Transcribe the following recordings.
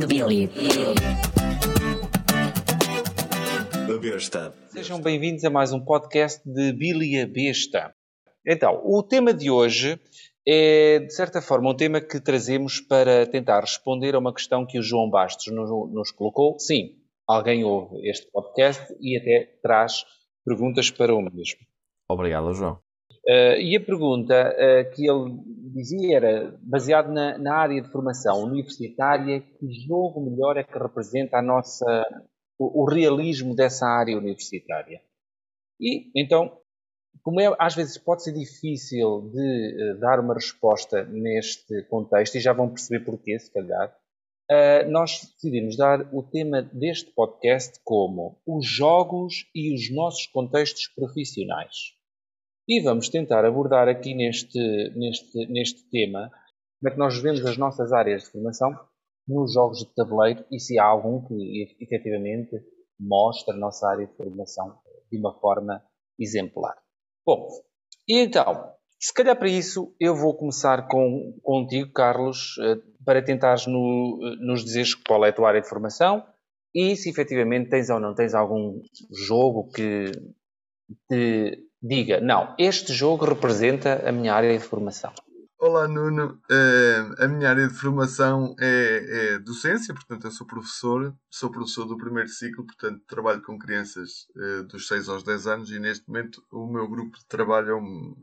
de Billy. A Besta. Sejam bem-vindos a mais um podcast de Billy a Besta. Então, o tema de hoje é, de certa forma, um tema que trazemos para tentar responder a uma questão que o João Bastos nos colocou. Sim, alguém ouve este podcast e até traz perguntas para o mesmo. Obrigado, João. E a pergunta que ele dizia era, baseado na área de formação universitária, que jogo melhor é que representa o realismo dessa área universitária? E, então, como às vezes pode ser difícil de dar uma resposta neste contexto, e já vão perceber porquê, se calhar, nós decidimos dar o tema deste podcast como os jogos e os nossos contextos profissionais. E vamos tentar abordar aqui neste tema como é que nós vemos as nossas áreas de formação nos jogos de tabuleiro e se há algum que efetivamente mostra a nossa área de formação de uma forma exemplar. Bom, e então, se calhar para isso eu vou começar contigo, Carlos, para tentares nos dizeres qual é a tua área de formação e se efetivamente tens ou não tens algum jogo que te diga, não, este jogo representa a minha área de formação. Olá, Nuno. A minha área de formação é docência, portanto eu sou professor do primeiro ciclo, portanto trabalho com crianças dos 6 aos 10 anos e neste momento o meu grupo de trabalho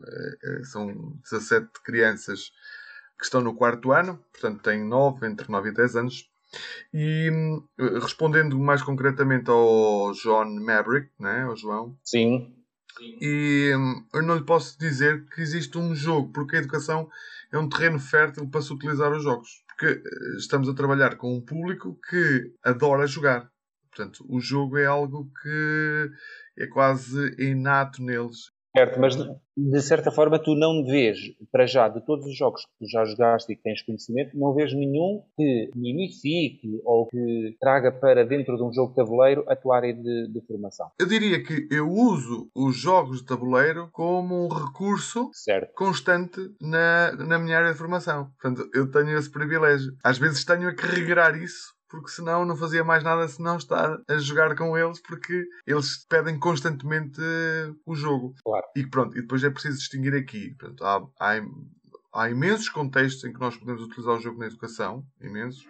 são 17 crianças que estão no 4º ano, portanto têm entre 9 e 10 anos. E respondendo mais concretamente ao John Maverick, né, ao João. Sim. E eu não lhe posso dizer que existe um jogo, porque a educação é um terreno fértil para se utilizar os jogos. Porque estamos a trabalhar com um público que adora jogar. Portanto, o jogo é algo que é quase inato neles. Certo, mas de certa forma tu não vês, para já, de todos os jogos que tu já jogaste e que tens conhecimento, não vês nenhum que unifique ou que traga para dentro de um jogo de tabuleiro a tua área de formação. Eu diria que eu uso os jogos de tabuleiro como um recurso constante na minha área de formação. Portanto, eu tenho esse privilégio. Às vezes tenho a que regrar isso, porque senão não fazia mais nada senão estar a jogar com eles, porque eles pedem constantemente o jogo. Claro. E pronto, e depois é preciso distinguir aqui. Portanto, há imensos contextos em que nós podemos utilizar o jogo na educação, imensos.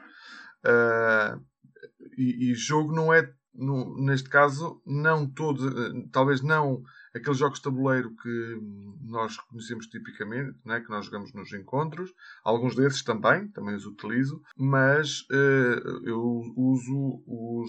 E jogo não é, neste caso, não todo, talvez não aqueles jogos de tabuleiro que nós conhecemos tipicamente, né, que nós jogamos nos encontros. Alguns desses também os utilizo, mas eu uso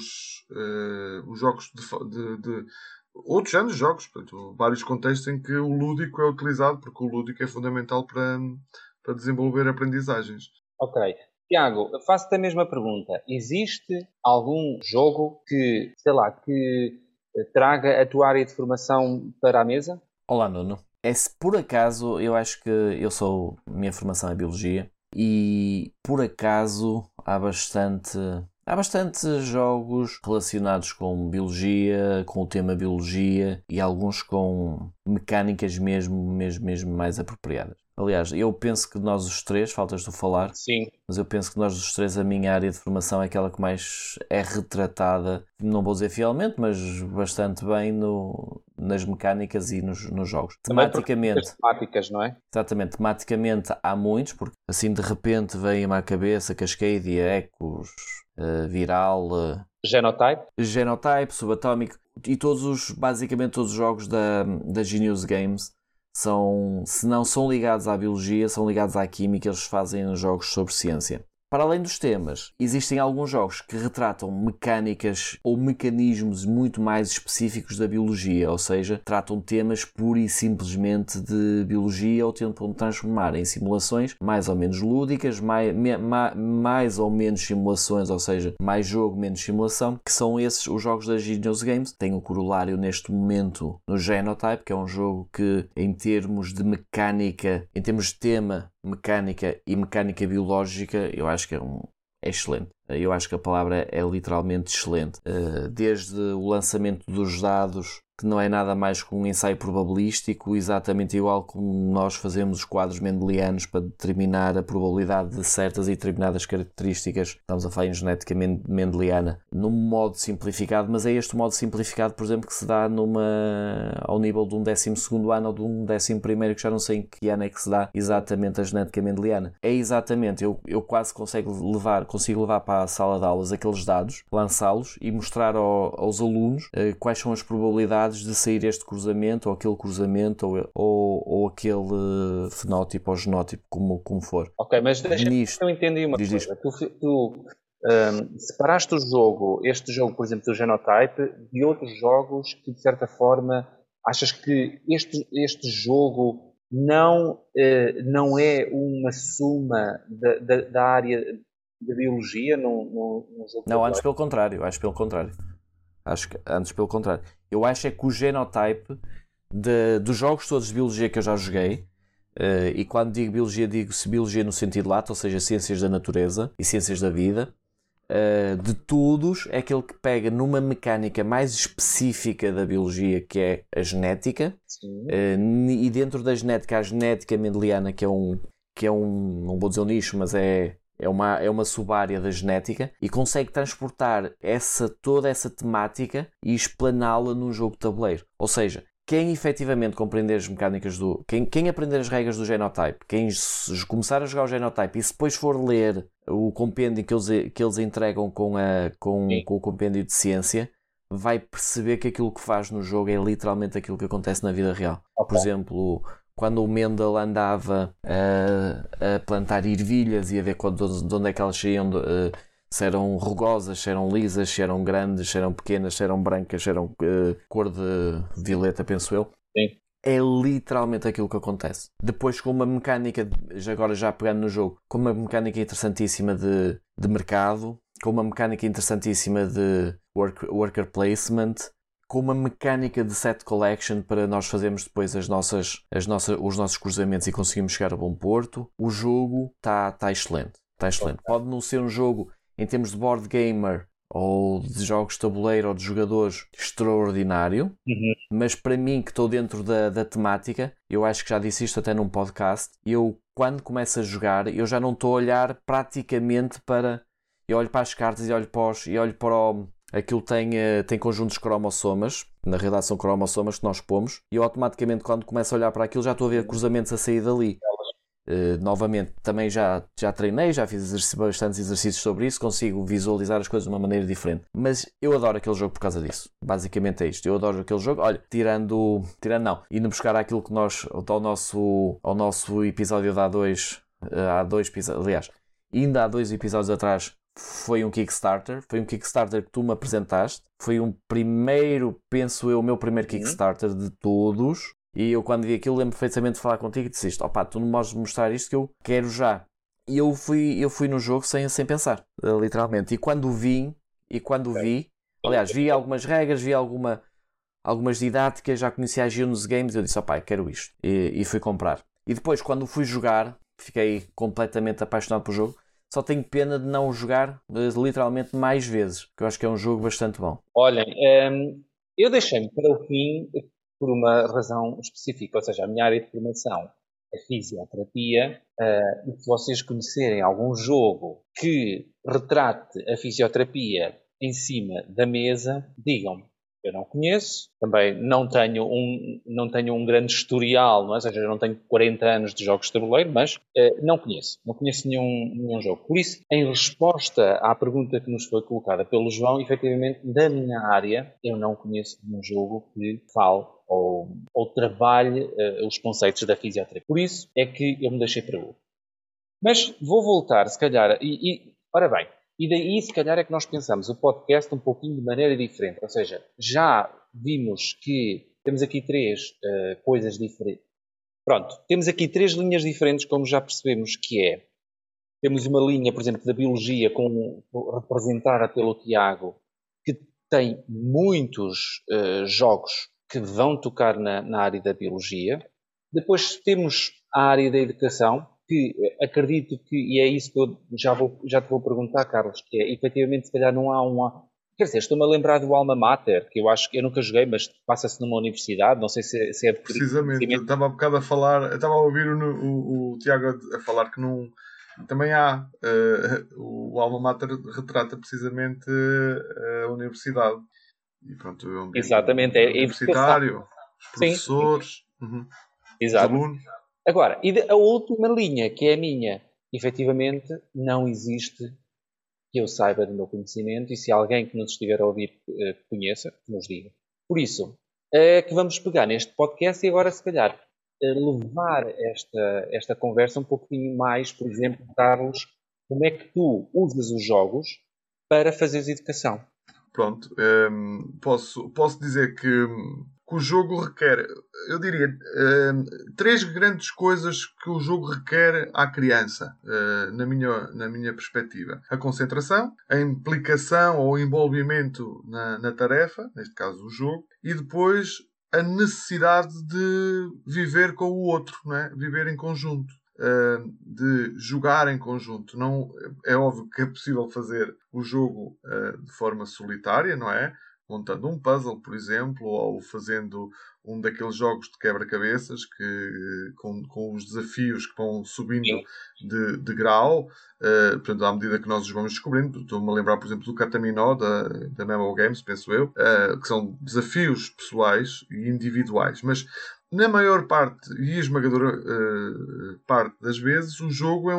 os jogos de outros anos de jogos, portanto, vários contextos em que o lúdico é utilizado, porque o lúdico é fundamental para desenvolver aprendizagens. Ok. Tiago, faço-te a mesma pergunta. Existe algum jogo que traga a tua área de formação para a mesa? Olá, Nuno. Se por acaso, eu acho que minha formação é Biologia e por acaso há bastante jogos relacionados com Biologia, com o tema Biologia e alguns com mecânicas mesmo mais apropriadas. Aliás, eu penso que nós os três, faltas tu falar, sim, mas eu penso que nós os três, a minha área de formação é aquela que mais é retratada, não vou dizer fielmente, mas bastante bem nas mecânicas e nos jogos. Tematicamente, temáticas, não é? Exatamente, tematicamente há muitos, porque assim de repente vem-me à cabeça Cascadia, Ecos, Viral, Genotype, Subatómico e basicamente todos os jogos da Genius Games se não são ligados à biologia, são ligados à química, eles fazem jogos sobre ciência. Para além dos temas, existem alguns jogos que retratam mecânicas ou mecanismos muito mais específicos da biologia, ou seja, tratam temas pura e simplesmente de biologia ou tentam transformar em simulações mais ou menos lúdicas, mais ou menos simulações, ou seja, mais jogo, menos simulação, que são esses os jogos da Genius Games. Tem o corolário neste momento no Genotype, que é um jogo que em termos de mecânica, em termos de tema, mecânica e mecânica biológica, eu acho que é excelente. Eu acho que a palavra é literalmente excelente. Desde o lançamento dos dados que não é nada mais que um ensaio probabilístico, exatamente igual como nós fazemos os quadros mendelianos para determinar a probabilidade de certas e determinadas características. Estamos a falar em genética mendeliana, num modo simplificado, mas é este modo simplificado, por exemplo, que se dá ao nível de um 12º ano ou de um 11º, que já não sei em que ano é que se dá exatamente a genética mendeliana. É exatamente, eu quase consigo levar para a sala de aulas aqueles dados, lançá-los e mostrar aos alunos quais são as probabilidades de sair este cruzamento ou aquele cruzamento ou aquele fenótipo ou genótipo, como for. Ok, mas deixa-me que eu entendi uma coisa. Tu separaste este jogo, por exemplo, do Genotype, de outros jogos que, de certa forma, achas que este jogo não é uma suma da área da biologia no jogo? Não, antes pelo contrário. Acho que antes pelo contrário. Eu acho é que o Genotype dos jogos todos de biologia que eu já joguei, e quando digo biologia no sentido lato, ou seja, ciências da natureza e ciências da vida, de todos é aquele que pega numa mecânica mais específica da biologia, que é a genética, e dentro da genética, a genética mendeliana, que é um, não vou dizer um nicho, mas é uma sub-área da genética, e consegue transportar toda essa temática e explaná-la num jogo de tabuleiro. Ou seja, quem efetivamente compreender as mecânicas quem aprender as regras do Genotype, quem começar a jogar o Genotype e se depois for ler o compêndio que eles entregam com o compêndio de ciência, vai perceber que aquilo que faz no jogo é literalmente aquilo que acontece na vida real. Por exemplo, quando o Mendel andava a plantar ervilhas e a ver de onde é que elas saíam, se eram rugosas, se eram lisas, se eram grandes, se eram pequenas, se eram brancas, se eram cor de violeta, penso eu. Sim. É literalmente aquilo que acontece. Depois, com uma mecânica, agora já pegando no jogo, com uma mecânica interessantíssima de mercado, com uma mecânica interessantíssima de worker placement, com uma mecânica de set collection para nós fazermos depois os nossos cruzamentos e conseguirmos chegar a bom porto. O jogo está excelente. Está excelente. Pode não ser um jogo, em termos de board gamer ou de jogos de tabuleiro ou de jogadores, extraordinário, mas para mim, que estou dentro da temática, eu acho que já disse isto até num podcast, eu quando começo a jogar, eu já não estou a olhar praticamente para... Eu olho para as cartas e olho para aquilo tem conjuntos cromossomas, na realidade são cromossomas que nós pomos, e eu automaticamente quando começo a olhar para aquilo já estou a ver cruzamentos a sair dali. Novamente, também já treinei, já fiz bastantes exercícios sobre isso, consigo visualizar as coisas de uma maneira diferente. Mas eu adoro aquele jogo por causa disso. Basicamente é isto. Eu adoro aquele jogo. Olha, indo buscar aquilo que ao nosso episódio de há dois episódios, aliás, ainda há 2 episódios atrás, foi um Kickstarter que tu me apresentaste. Foi o meu primeiro Kickstarter de todos. E eu quando vi aquilo lembro perfeitamente de falar contigo e disse isto, tu não podes mostrar isto que eu quero já. E eu fui no jogo sem pensar, literalmente. E quando vi, aliás, vi algumas regras, vi algumas didáticas, já conhecia a Genos Games, eu disse, quero isto. E fui comprar. E depois, quando fui jogar, fiquei completamente apaixonado pelo jogo. Só tenho pena de não o jogar literalmente mais vezes, que eu acho que é um jogo bastante bom. Olhem, eu deixei-me para o fim por uma razão específica, ou seja, a minha área de formação é fisioterapia, e se vocês conhecerem algum jogo que retrate a fisioterapia em cima da mesa, digam-me. Eu não conheço, também não tenho um grande historial, não é? Ou seja, eu não tenho 40 anos de jogos de tabuleiro, mas não conheço nenhum jogo. Por isso, em resposta à pergunta que nos foi colocada pelo João, efetivamente, da minha área, eu não conheço nenhum jogo que fale ou trabalhe os conceitos da fisioterapia. Por isso é que eu me deixei para o último. Mas vou voltar, se calhar, ora bem, e daí, se calhar, é que nós pensamos o podcast um pouquinho de maneira diferente. Ou seja, já vimos que temos aqui 3 coisas diferentes. Pronto, temos aqui 3 linhas diferentes, como já percebemos que é. Temos uma linha, por exemplo, da biologia, representada pelo Tiago, que tem muitos jogos que vão tocar na área da biologia. Depois temos a área da educação, que acredito que, e é isso que eu já te vou perguntar, Carlos, que é, efetivamente, se calhar não há Quer dizer, estou-me a lembrar do Alma Mater, que eu acho que eu nunca joguei, mas passa-se numa universidade, não sei se é Precisamente, eu estava há bocado a falar, eu estava a ouvir o Tiago a falar que não, também há, o Alma Mater retrata precisamente a universidade. E pronto, o ambiente Exatamente, é universitário, os Sim, professores, os exato. alunos. Agora, a última linha, que é a minha, efetivamente não existe que eu saiba do meu conhecimento, e se alguém que nos estiver a ouvir conheça, que nos diga. Por isso, é que vamos pegar neste podcast e agora, se calhar, levar esta conversa um pouquinho mais, por exemplo, Carlos, como é que tu usas os jogos para fazeres educação? Pronto, posso dizer que o jogo requer, eu diria, três grandes coisas que o jogo requer à criança, na minha perspectiva. A concentração, a implicação ou envolvimento na tarefa, neste caso o jogo, e depois a necessidade de viver com o outro, não é? Viver em conjunto. De jogar em conjunto. Não, é óbvio que é possível fazer o jogo de forma solitária, não é? Montando um puzzle, por exemplo, ou fazendo um daqueles jogos de quebra-cabeças com os desafios que vão subindo de grau, portanto, à medida que nós os vamos descobrindo. Estou-me a lembrar, por exemplo, do Cataminó da Memo Games, penso eu, que são desafios pessoais e individuais, mas na maior parte e esmagadora parte das vezes, o jogo é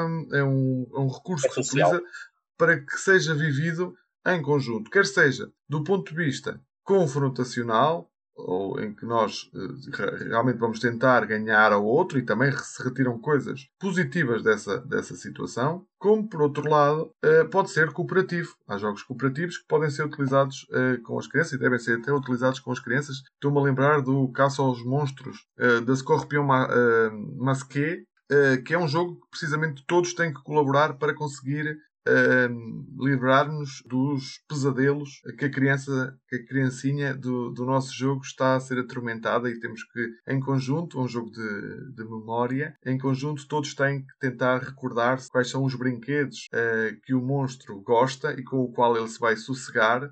um recurso que se utiliza para que seja vivido em conjunto. Quer seja do ponto de vista confrontacional, ou em que nós realmente vamos tentar ganhar ao outro e também se retiram coisas positivas dessa situação, como, por outro lado, pode ser cooperativo. Há jogos cooperativos que podem ser utilizados com as crianças e devem ser até utilizados com as crianças. Estou-me a lembrar do Caça aos Monstros da Scorpion Masqué, que é um jogo que precisamente todos têm que colaborar para conseguir livrar-nos dos pesadelos que a criancinha do nosso jogo está a ser atormentada, e temos que, em conjunto, um jogo de memória, em conjunto todos têm que tentar recordar-se quais são os brinquedos que o monstro gosta e com o qual ele se vai sossegar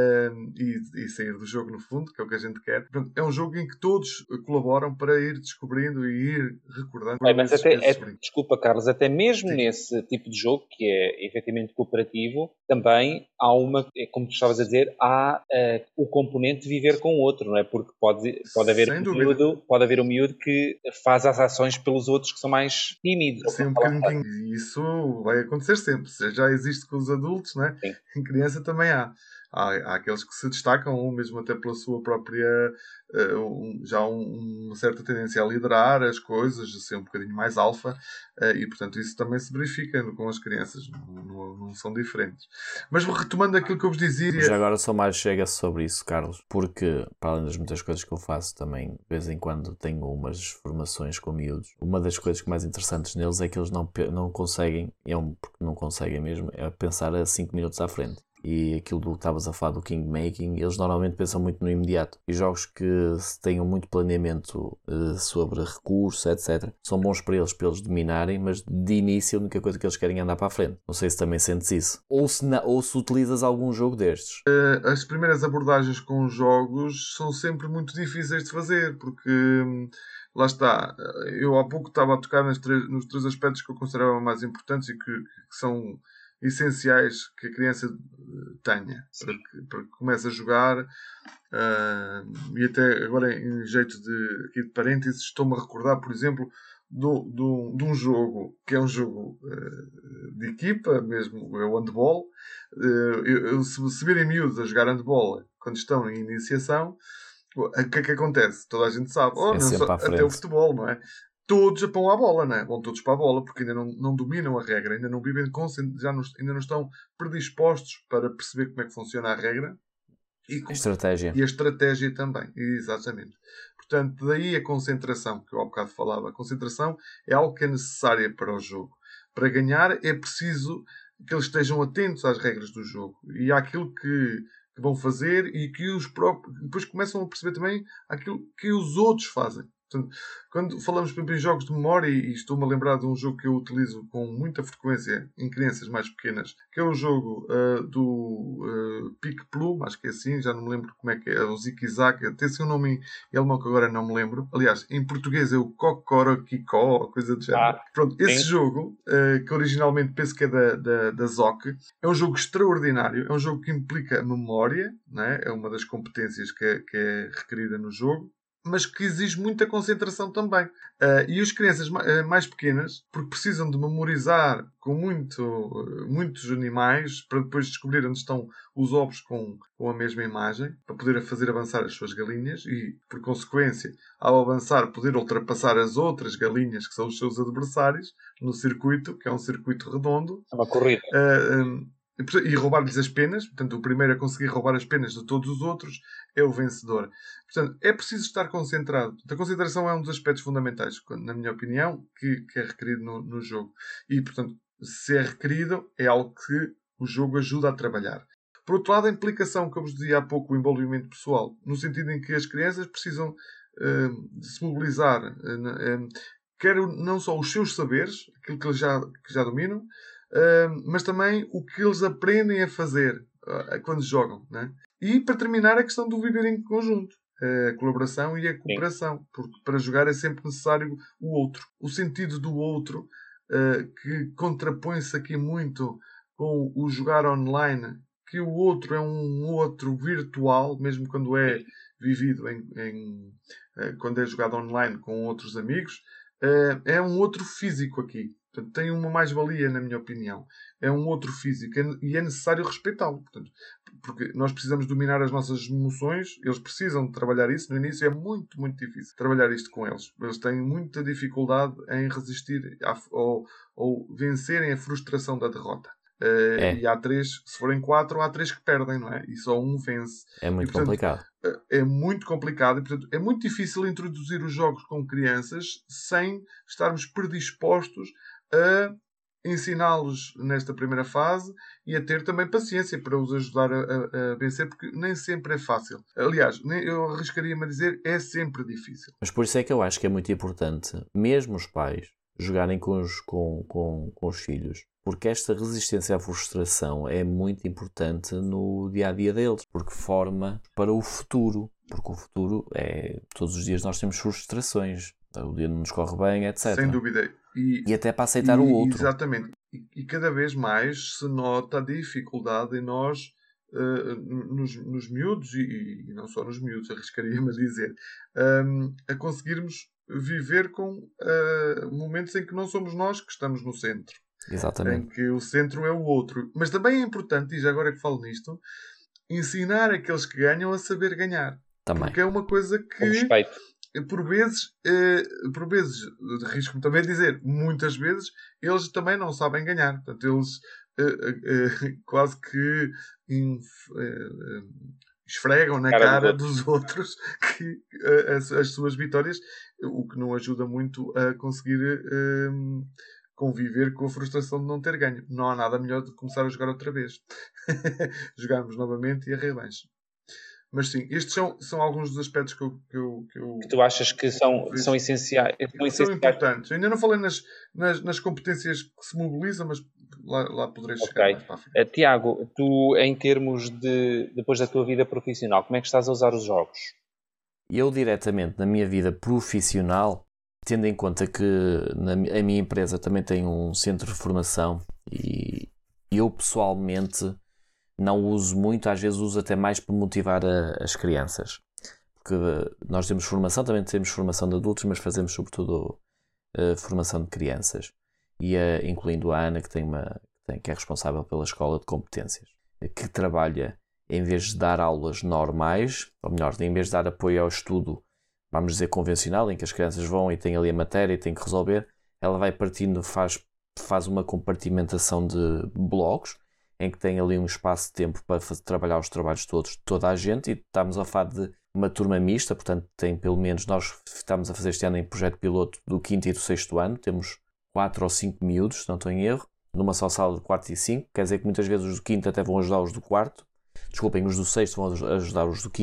e sair do jogo, no fundo, que é o que a gente quer. Portanto, é um jogo em que todos colaboram para ir descobrindo e ir recordando. Mas desculpa, Carlos, até mesmo nesse tipo de jogo, que é efetivamente cooperativo, também há como tu estavas a dizer, há o componente de viver com o outro, não é? Porque pode haver um miúdo que faz as ações pelos outros que são mais tímidos. Sim, um bocadinho. E isso vai acontecer sempre. Já existe com os adultos, não é? Sim. Em criança também há. Há aqueles que se destacam, ou mesmo até pela sua própria uma certa tendência a liderar as coisas, a ser um bocadinho mais alfa, e portanto isso também se verifica com as crianças, não são diferentes. Mas retomando aquilo que eu vos dizia... Já agora só mais chega sobre isso, Carlos, porque para além das muitas coisas que eu faço também, de vez em quando tenho umas formações com miúdos. Uma das coisas mais interessantes neles é que eles não conseguem, porque não conseguem mesmo, é pensar a 5 minutos à frente. E aquilo do que estavas a falar do Kingmaking, eles normalmente pensam muito no imediato. E jogos que tenham muito planeamento sobre recursos, etc., são bons para eles dominarem, mas de início a única coisa que eles querem é andar para a frente. Não sei se também sentes isso. Ou se utilizas algum jogo destes. As primeiras abordagens com os jogos são sempre muito difíceis de fazer, porque... lá está, eu há pouco estava a tocar nos três aspectos que eu considerava mais importantes e que são essenciais que a criança tenha para que comece a jogar. E até agora, em jeito aqui de parênteses, estou-me a recordar, por exemplo, de um jogo que é um jogo de equipa mesmo, é o handball. Se virem miúdos a jogar handball quando estão em iniciação, o que é que acontece? Toda a gente sabe, até o futebol, não é? Todos vão à bola, não é? Vão todos para a bola, porque ainda não dominam a regra, ainda não vivem ainda não estão predispostos para perceber como é que funciona a regra e a estratégia também, exatamente. Portanto, daí a concentração que eu há bocado falava. A concentração é algo que é necessária para o jogo. Para ganhar é preciso que eles estejam atentos às regras do jogo e àquilo que vão fazer, e que os próprios depois começam a perceber também aquilo que os outros fazem. Portanto, quando falamos, por exemplo, em jogos de memória, e estou-me a lembrar de um jogo que eu utilizo com muita frequência em crianças mais pequenas, que é o jogo do Pic Plume, acho que é assim, já não me lembro como é que é, o Ziki-Zaki, tem assim um nome em alemão que agora não me lembro. Aliás, em português é o Kokorokiko, coisa do género. Pronto, esse jogo, que originalmente penso que é da ZOC, é um jogo extraordinário, é um jogo que implica memória, né? É uma das competências que é requerida no jogo, mas que exige muita concentração também. E as crianças mais pequenas, porque precisam de memorizar com muitos animais para depois descobrir onde estão os ovos com a mesma imagem, para poder fazer avançar as suas galinhas e, por consequência, ao avançar, poder ultrapassar as outras galinhas que são os seus adversários no circuito, que é um circuito redondo. É uma corrida. E roubar-lhes as penas. Portanto, o primeiro a conseguir roubar as penas de todos os outros é o vencedor. Portanto, é preciso estar concentrado. A concentração é um dos aspectos fundamentais, na minha opinião, que é requerido no jogo. E, portanto, se é requerido, é algo que o jogo ajuda a trabalhar. Por outro lado, a implicação, que eu vos dizia há pouco, o envolvimento pessoal, no sentido em que as crianças precisam de se mobilizar, quer não só os seus saberes, aquilo que já dominam, mas também o que eles aprendem a fazer quando jogam, né? E para terminar, a questão do viver em conjunto, a colaboração e a cooperação, porque para jogar é sempre necessário o outro, o sentido do outro, que contrapõe-se aqui muito com o jogar online, que o outro é um outro virtual, mesmo quando é vivido quando é jogado online com outros amigos, é um outro físico aqui. Portanto, tem uma mais-valia, na minha opinião. É um outro físico e é necessário respeitá-lo. Portanto, porque nós precisamos dominar as nossas emoções, eles precisam de trabalhar isso. No início é muito, muito difícil trabalhar isto com eles. Eles têm muita dificuldade em resistir ou vencerem a frustração da derrota. E há 3, se forem 4, há 3 que perdem, não é? E só um vence. É muito complicado. É muito complicado e, portanto, é muito difícil introduzir os jogos com crianças sem estarmos predispostos a ensiná-los nesta primeira fase e a ter também paciência para os ajudar a vencer, porque nem sempre é fácil. Aliás, eu arriscaria-me a dizer, é sempre difícil. Mas por isso é que eu acho que é muito importante, mesmo os pais, jogarem com os filhos, porque esta resistência à frustração é muito importante no dia-a-dia deles, porque forma para o futuro. Porque o futuro é... Todos os dias nós temos frustrações. O dia não nos corre bem, etc. Sem dúvida. E até para aceitar o outro. Exatamente. E cada vez mais se nota a dificuldade em nós, nos miúdos, e não só nos miúdos, arriscaria-me a dizer, a conseguirmos viver com momentos em que não somos nós que estamos no centro. Exatamente. Em que o centro é o outro. Mas também é importante, e já agora que falo nisto, ensinar aqueles que ganham a saber ganhar. Também. Porque é uma coisa que... respeito. Por vezes, arrisco-me também a dizer, muitas vezes, eles também não sabem ganhar. Portanto, eles quase que esfregam na cara dos outros as suas vitórias, o que não ajuda muito a conseguir conviver com a frustração de não ter ganho. Não há nada melhor do que começar a jogar outra vez. Jogarmos novamente e a revanche. Mas sim, estes são alguns dos aspectos que tu achas que são essenciais. São importantes. Eu ainda não falei nas competências que se mobilizam, mas lá poderei chegar mais para a frente. Tiago, tu, em termos depois da tua vida profissional, como é que estás a usar os jogos? Eu, diretamente, na minha vida profissional, tendo em conta que a minha empresa também tem um centro de formação e eu, pessoalmente, não uso muito, às vezes uso até mais para motivar as crianças. Porque nós temos formação, também temos formação de adultos, mas fazemos sobretudo formação de crianças. E incluindo a Ana, que é responsável pela escola de competências, que trabalha, em vez de dar aulas normais, ou melhor, em vez de dar apoio ao estudo, vamos dizer, convencional, em que as crianças vão e têm ali a matéria e têm que resolver, ela vai partindo, faz uma compartimentação de blocos, em que tem ali um espaço de tempo para trabalhar os trabalhos todos de toda a gente, e estamos a falar de uma turma mista, portanto tem pelo menos, nós estamos a fazer este ano em projeto piloto do 5º e do 6º ano, temos 4 ou 5 miúdos, se não estou em erro, numa só sala de 4 e 5, quer dizer que muitas vezes os do 5º até vão ajudar os do 4º, desculpem, os do 6º vão ajudar os do 5º,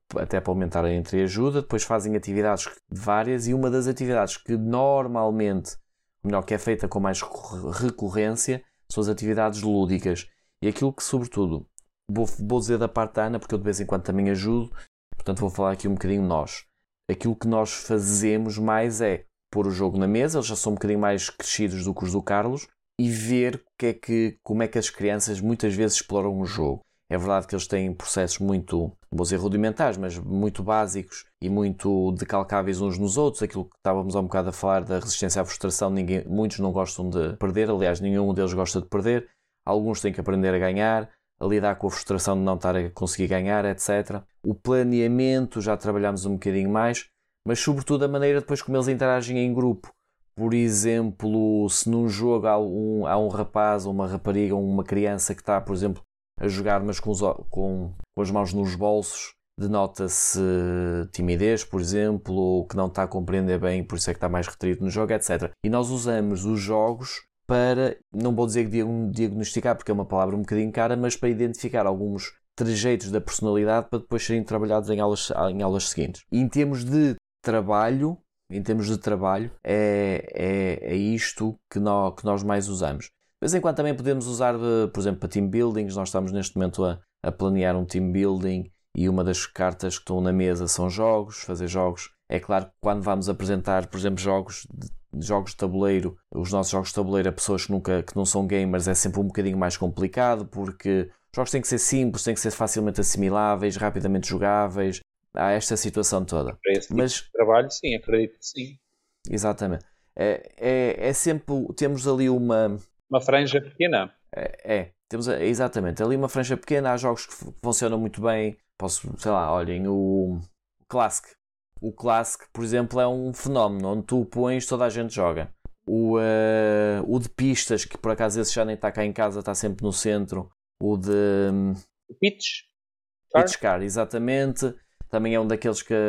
até para aumentar a entreajuda. Depois fazem atividades várias, e uma das atividades que normalmente, melhor, que é feita com mais recorrência, são as atividades lúdicas. E aquilo que, sobretudo, vou dizer da parte da Ana, porque eu de vez em quando também ajudo, portanto vou falar aqui um bocadinho nós. Aquilo que nós fazemos mais é pôr o jogo na mesa, eles já são um bocadinho mais crescidos do que os do Carlos, e ver como é que as crianças muitas vezes exploram o jogo. É verdade que eles têm processos muito, vou dizer rudimentares, mas muito básicos e muito decalcáveis uns nos outros. Aquilo que estávamos há um bocado a falar da resistência à frustração, muitos não gostam de perder, aliás, nenhum deles gosta de perder. Alguns têm que aprender a ganhar, a lidar com a frustração de não estar a conseguir ganhar, etc. O planeamento já trabalhamos um bocadinho mais, mas sobretudo a maneira depois como eles interagem em grupo. Por exemplo, se num jogo há um rapaz ou uma rapariga ou uma criança que está, por exemplo, a jogar mas com as mãos nos bolsos, denota-se timidez, por exemplo, ou que não está a compreender bem, por isso é que está mais retraído no jogo, etc. E nós usamos os jogos para, não vou dizer diagnosticar, porque é uma palavra um bocadinho cara, mas para identificar alguns trejeitos da personalidade para depois serem trabalhados em aulas seguintes. E em termos de trabalho, é isto que nós mais usamos. De vez em quando também podemos usar, por exemplo, para team buildings. Nós estamos neste momento a planear um team building e uma das cartas que estão na mesa são fazer jogos. É claro que quando vamos apresentar, por exemplo, jogos de tabuleiro, os nossos jogos de tabuleiro a pessoas que não são gamers, é sempre um bocadinho mais complicado, porque os jogos têm que ser simples, têm que ser facilmente assimiláveis, rapidamente jogáveis. Há esta situação toda. Para esse tipo de trabalho, sim, acredito que sim. Exatamente. É sempre, temos ali uma franja pequena. Temos exatamente ali uma franja pequena. Há jogos que funcionam muito bem. Olhem o Classic. O Classic, por exemplo, é um fenómeno onde tu o pões, toda a gente joga. O de pistas, que por acaso esse já nem está cá em casa, está sempre no centro. O de Pitch Car, exatamente. Também é um daqueles que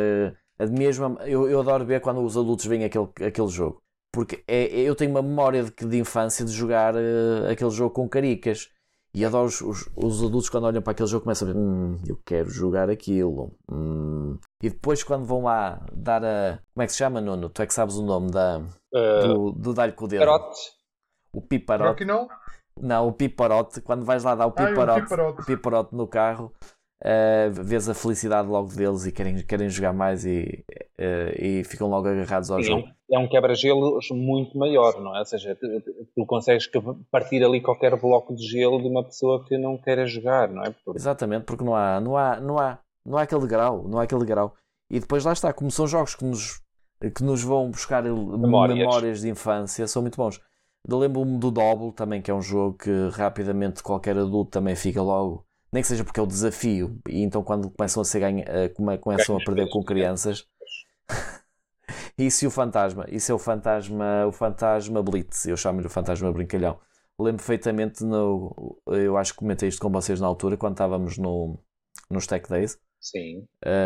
eu adoro ver quando os adultos veem aquele jogo, porque eu tenho uma memória de infância de jogar aquele jogo com caricas, e adoro os adultos quando olham para aquele jogo começam a ver, eu quero jogar aquilo, e depois quando vão lá dar como é que se chama, Nuno? Tu é que sabes o nome do dar-lhe com o dedo. O piparote. Não, o piparote, quando vais lá dar o piparote no carro, vês a felicidade logo deles e querem jogar mais e ficam logo agarrados ao jogo. É um quebra-gelos muito maior, não é? Ou seja, tu consegues partir ali qualquer bloco de gelo de uma pessoa que não queira jogar, não é? Exatamente, porque não há aquele grau. E depois lá está, como são jogos que nos vão buscar memórias de infância, são muito bons. Eu lembro-me do Dobble também, que é um jogo que rapidamente qualquer adulto também fica logo, nem que seja porque é o desafio, e então quando começam começam a perder com crianças. Isso é o fantasma Blitz, eu chamo-lhe o fantasma brincalhão. Lembro perfeitamente, eu acho que comentei isto com vocês na altura, quando estávamos nos Tech Days. Sim.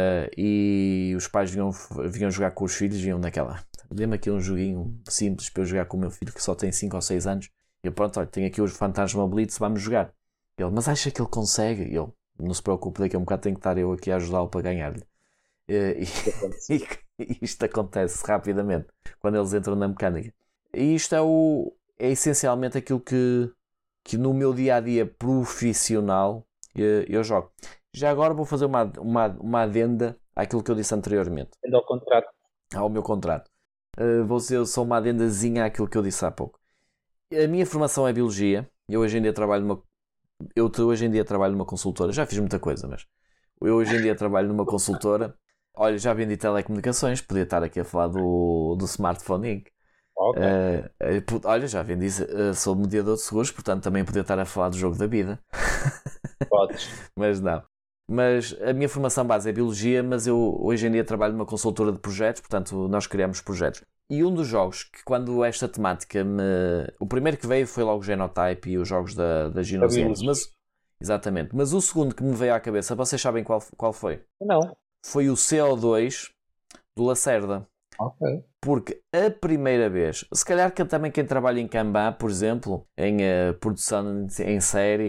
E os pais vinham jogar com os filhos, vinham naquela, dê-me aqui um joguinho simples para eu jogar com o meu filho que só tem 5 ou 6 anos. E eu, pronto, olha, tenho aqui o fantasma Blitz, vamos jogar. Ele, mas acha que ele consegue? E eu, não se preocupe, daqui a um bocado tenho que estar eu aqui a ajudá-lo para ganhar-lhe. E isto acontece rapidamente quando eles entram na mecânica. E isto é essencialmente aquilo que no meu dia-a-dia profissional eu jogo. Já agora vou fazer uma adenda àquilo que eu disse anteriormente. Ao contrato. Ao meu contrato. Vou dizer só uma adendazinha àquilo que eu disse há pouco. A minha formação é Biologia. Eu hoje em dia trabalho numa consultora. Já fiz muita coisa, mas eu hoje em dia trabalho numa consultora. Olha, já vendi telecomunicações. Podia estar aqui a falar do Smartphone Inc. Okay. Olha, já vendi, sou mediador de seguros, portanto também podia estar a falar do jogo da vida. Podes. Mas não. Mas a minha formação base é Biologia, mas eu hoje em dia trabalho numa consultora de projetos, portanto nós criamos projetos. E um dos jogos que, quando esta temática o primeiro que veio foi logo o Genotype e os jogos da Genogenes. Exatamente. Mas o segundo que me veio à cabeça, vocês sabem qual foi? Não. Foi o CO2 do Lacerda. Ok. Porque a primeira vez, se calhar que também quem trabalha em Kanban, por exemplo, em produção em série,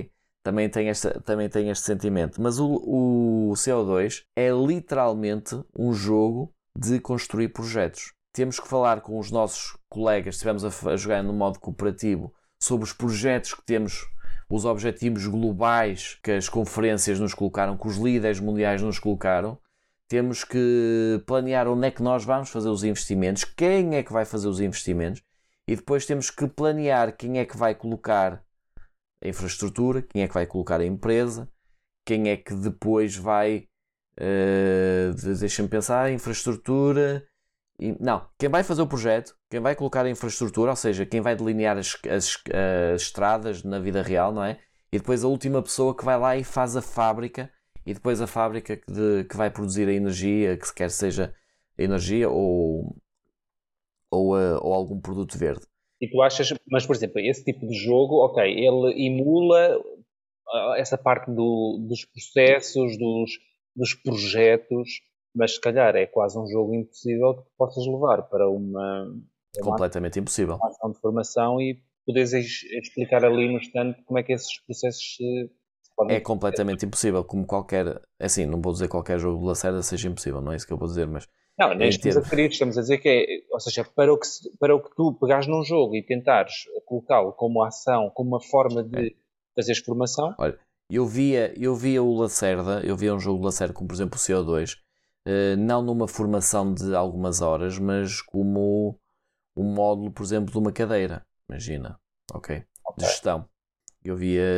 também tem este sentimento. Mas o CO2 é literalmente um jogo de construir projetos. Temos que falar com os nossos colegas, se estivermos a jogar no modo cooperativo, sobre os projetos que temos, os objetivos globais que as conferências nos colocaram, que os líderes mundiais nos colocaram. Temos que planear onde é que nós vamos fazer os investimentos, quem é que vai fazer os investimentos, e depois temos que planear quem é que vai colocar a infraestrutura, quem é que vai colocar a empresa, quem é que depois vai... deixa-me pensar, infraestrutura... Não, quem vai fazer o projeto, quem vai colocar a infraestrutura, ou seja, quem vai delinear as estradas na vida real, não é? E depois a última pessoa que vai lá e faz a fábrica, e depois a fábrica que vai produzir a energia, que quer seja energia ou algum produto verde. E tu achas, mas por exemplo, esse tipo de jogo, ok, ele emula essa parte dos processos, dos projetos, mas se calhar é quase um jogo impossível que possas levar para uma Completamente impossível. ação de formação e poderes explicar ali no instante como é que esses processos se podem... É completamente impossível, como qualquer... Assim, não vou dizer qualquer jogo de Lacerda seja impossível, não é isso que eu vou dizer, mas... Não, nem estamos a referir, estamos a dizer que é, ou seja, para o que tu pegares num jogo e tentares colocá-lo como ação, como uma forma de fazeres formação... Olha, eu via o Lacerda, eu via um jogo de Lacerda como, por exemplo, o CO2, não numa formação de algumas horas, mas como um módulo, por exemplo, de uma cadeira, imagina, ok? De gestão. Eu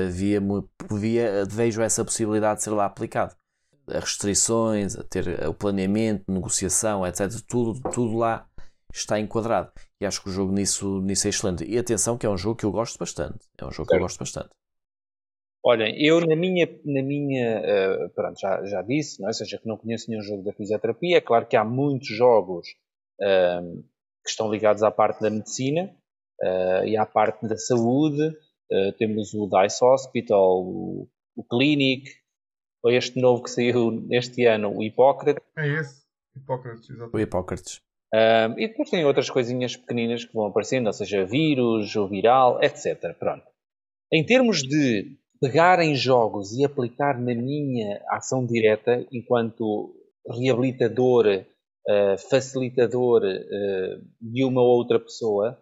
vejo essa possibilidade de ser lá aplicado. As restrições, a ter o planeamento, negociação, etc. Tudo lá está enquadrado. E acho que o jogo nisso é excelente. E atenção que é um jogo que eu gosto bastante. Olhem, eu na minha pronto, já disse, não é? Ou seja, que não conheço nenhum jogo da fisioterapia. É claro que há muitos jogos que estão ligados à parte da medicina e à parte da saúde. Temos o Dice Hospital, o Clinic, ou este novo que saiu este ano, o Hipócrates. É esse, Hipócrates, exatamente. O Hipócrates. E depois tem outras coisinhas pequeninas que vão aparecendo, ou seja, vírus, o viral, etc. Pronto. Em termos de pegar em jogos e aplicar na minha ação direta, enquanto reabilitador, facilitador de uma ou outra pessoa,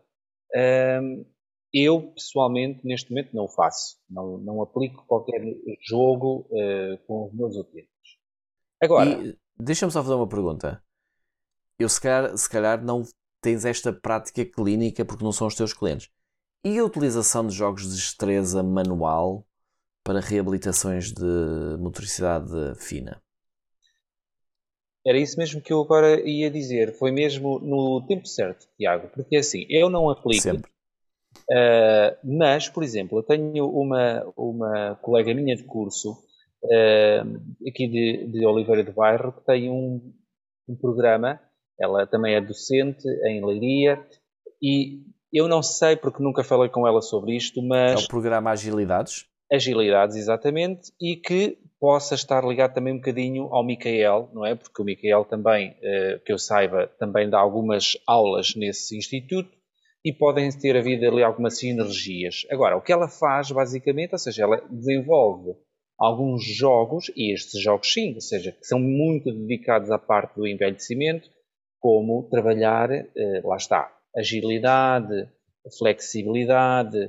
eu pessoalmente neste momento não o faço. Não aplico qualquer jogo com os meus utentes. Agora, e deixa-me só fazer uma pergunta. Eu se calhar não tens esta prática clínica porque não são os teus clientes. E a utilização de jogos de destreza manual para reabilitações de motricidade fina? Era isso mesmo que eu agora ia dizer. Foi mesmo no tempo certo, Tiago. Porque assim, eu não aplico. Sempre. Mas, por exemplo, eu tenho uma colega minha de curso aqui de Oliveira do Bairro que tem um programa. Ela também é docente em Leiria e eu não sei porque nunca falei com ela sobre isto, mas... É o programa Agilidades? Agilidades, exatamente, e que possa estar ligado também um bocadinho ao Micael, não é? Porque o Micael também, que eu saiba, também dá algumas aulas nesse instituto e podem ter havido ali algumas sinergias. Agora, o que ela faz, basicamente, ou seja, ela desenvolve alguns jogos, e estes jogos sim, ou seja, que são muito dedicados à parte do envelhecimento, como trabalhar, lá está, agilidade, flexibilidade,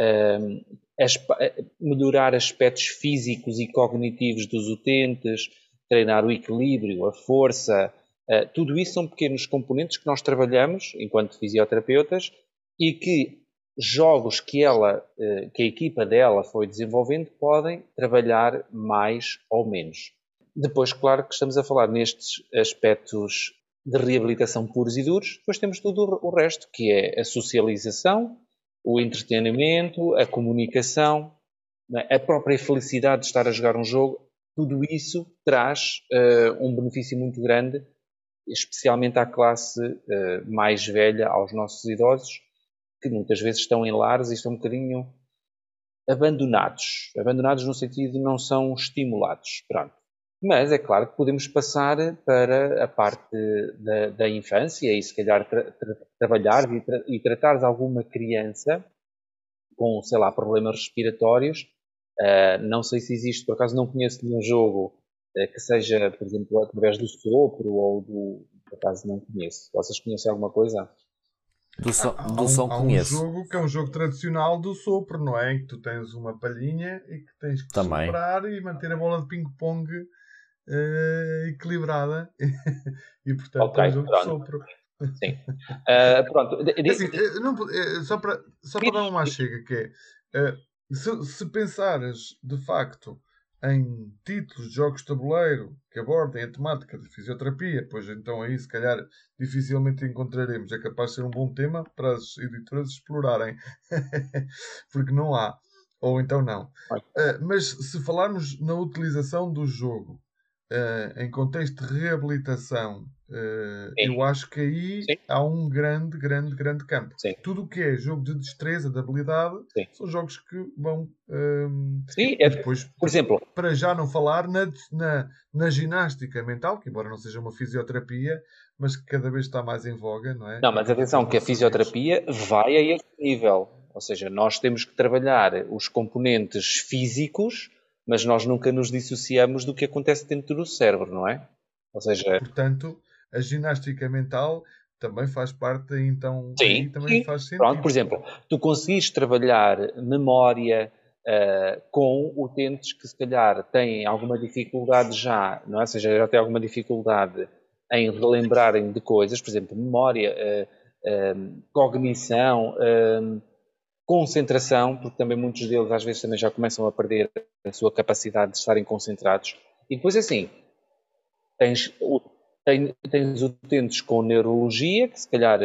melhorar aspectos físicos e cognitivos dos utentes, treinar o equilíbrio, a força, tudo isso são pequenos componentes que nós trabalhamos enquanto fisioterapeutas e que jogos que a equipa dela foi desenvolvendo podem trabalhar mais ou menos. Depois, claro que estamos a falar nestes aspectos de reabilitação puros e duros, depois temos tudo o resto, que é a socialização, o entretenimento, a comunicação, a própria felicidade de estar a jogar um jogo. Tudo isso traz um benefício muito grande, especialmente à classe mais velha, aos nossos idosos, que muitas vezes estão em lares e estão um bocadinho abandonados no sentido de não são estimulados. Pronto. Mas é claro que podemos passar para a parte da infância e se calhar trabalhar e tratar de alguma criança com, sei lá, problemas respiratórios Não sei se existe, por acaso não conheço nenhum jogo que seja, por exemplo, através do sopro ou do... Por acaso não conheço. Vocês conhecem alguma coisa? Do som Há um conheço jogo que é um jogo tradicional do sopro, não é? Em que tu tens uma palhinha e que tens que também. soprar e manter a bola de ping-pong equilibrada. E portanto Ok, é um jogo de pronto. sopro. Sim. Pronto. É assim, só para dar uma chega, que é se pensares de facto em títulos de jogos de tabuleiro que abordem a temática de fisioterapia, pois então aí se calhar dificilmente encontraremos. É capaz de ser um bom tema para as editoras explorarem, porque não há, ou então não. Mas se falarmos na utilização do jogo em contexto de reabilitação, eu acho que aí Sim. há um grande campo. Sim. Tudo o que é jogo de destreza, de habilidade, Sim. são jogos que vão. Sim, depois, por exemplo, para já não falar na ginástica mental, que embora não seja uma fisioterapia, mas que cada vez está mais em voga, não é? não, mas atenção que a fisioterapia vai a esse nível. Ou seja, nós temos que trabalhar os componentes físicos, mas nós nunca nos dissociamos do que acontece dentro do cérebro, não é? Ou seja, Portanto, a ginástica mental também faz parte, então aí sim, também sim. faz Pronto, por sentido. exemplo, tu conseguires trabalhar memória com utentes que se calhar têm alguma dificuldade já, não é? Ou seja, já têm alguma dificuldade em relembrarem de coisas, por exemplo, memória, cognição, concentração, porque também muitos deles às vezes também já começam a perder a sua capacidade de estarem concentrados. E depois assim, tens utentes com neurologia, que se calhar,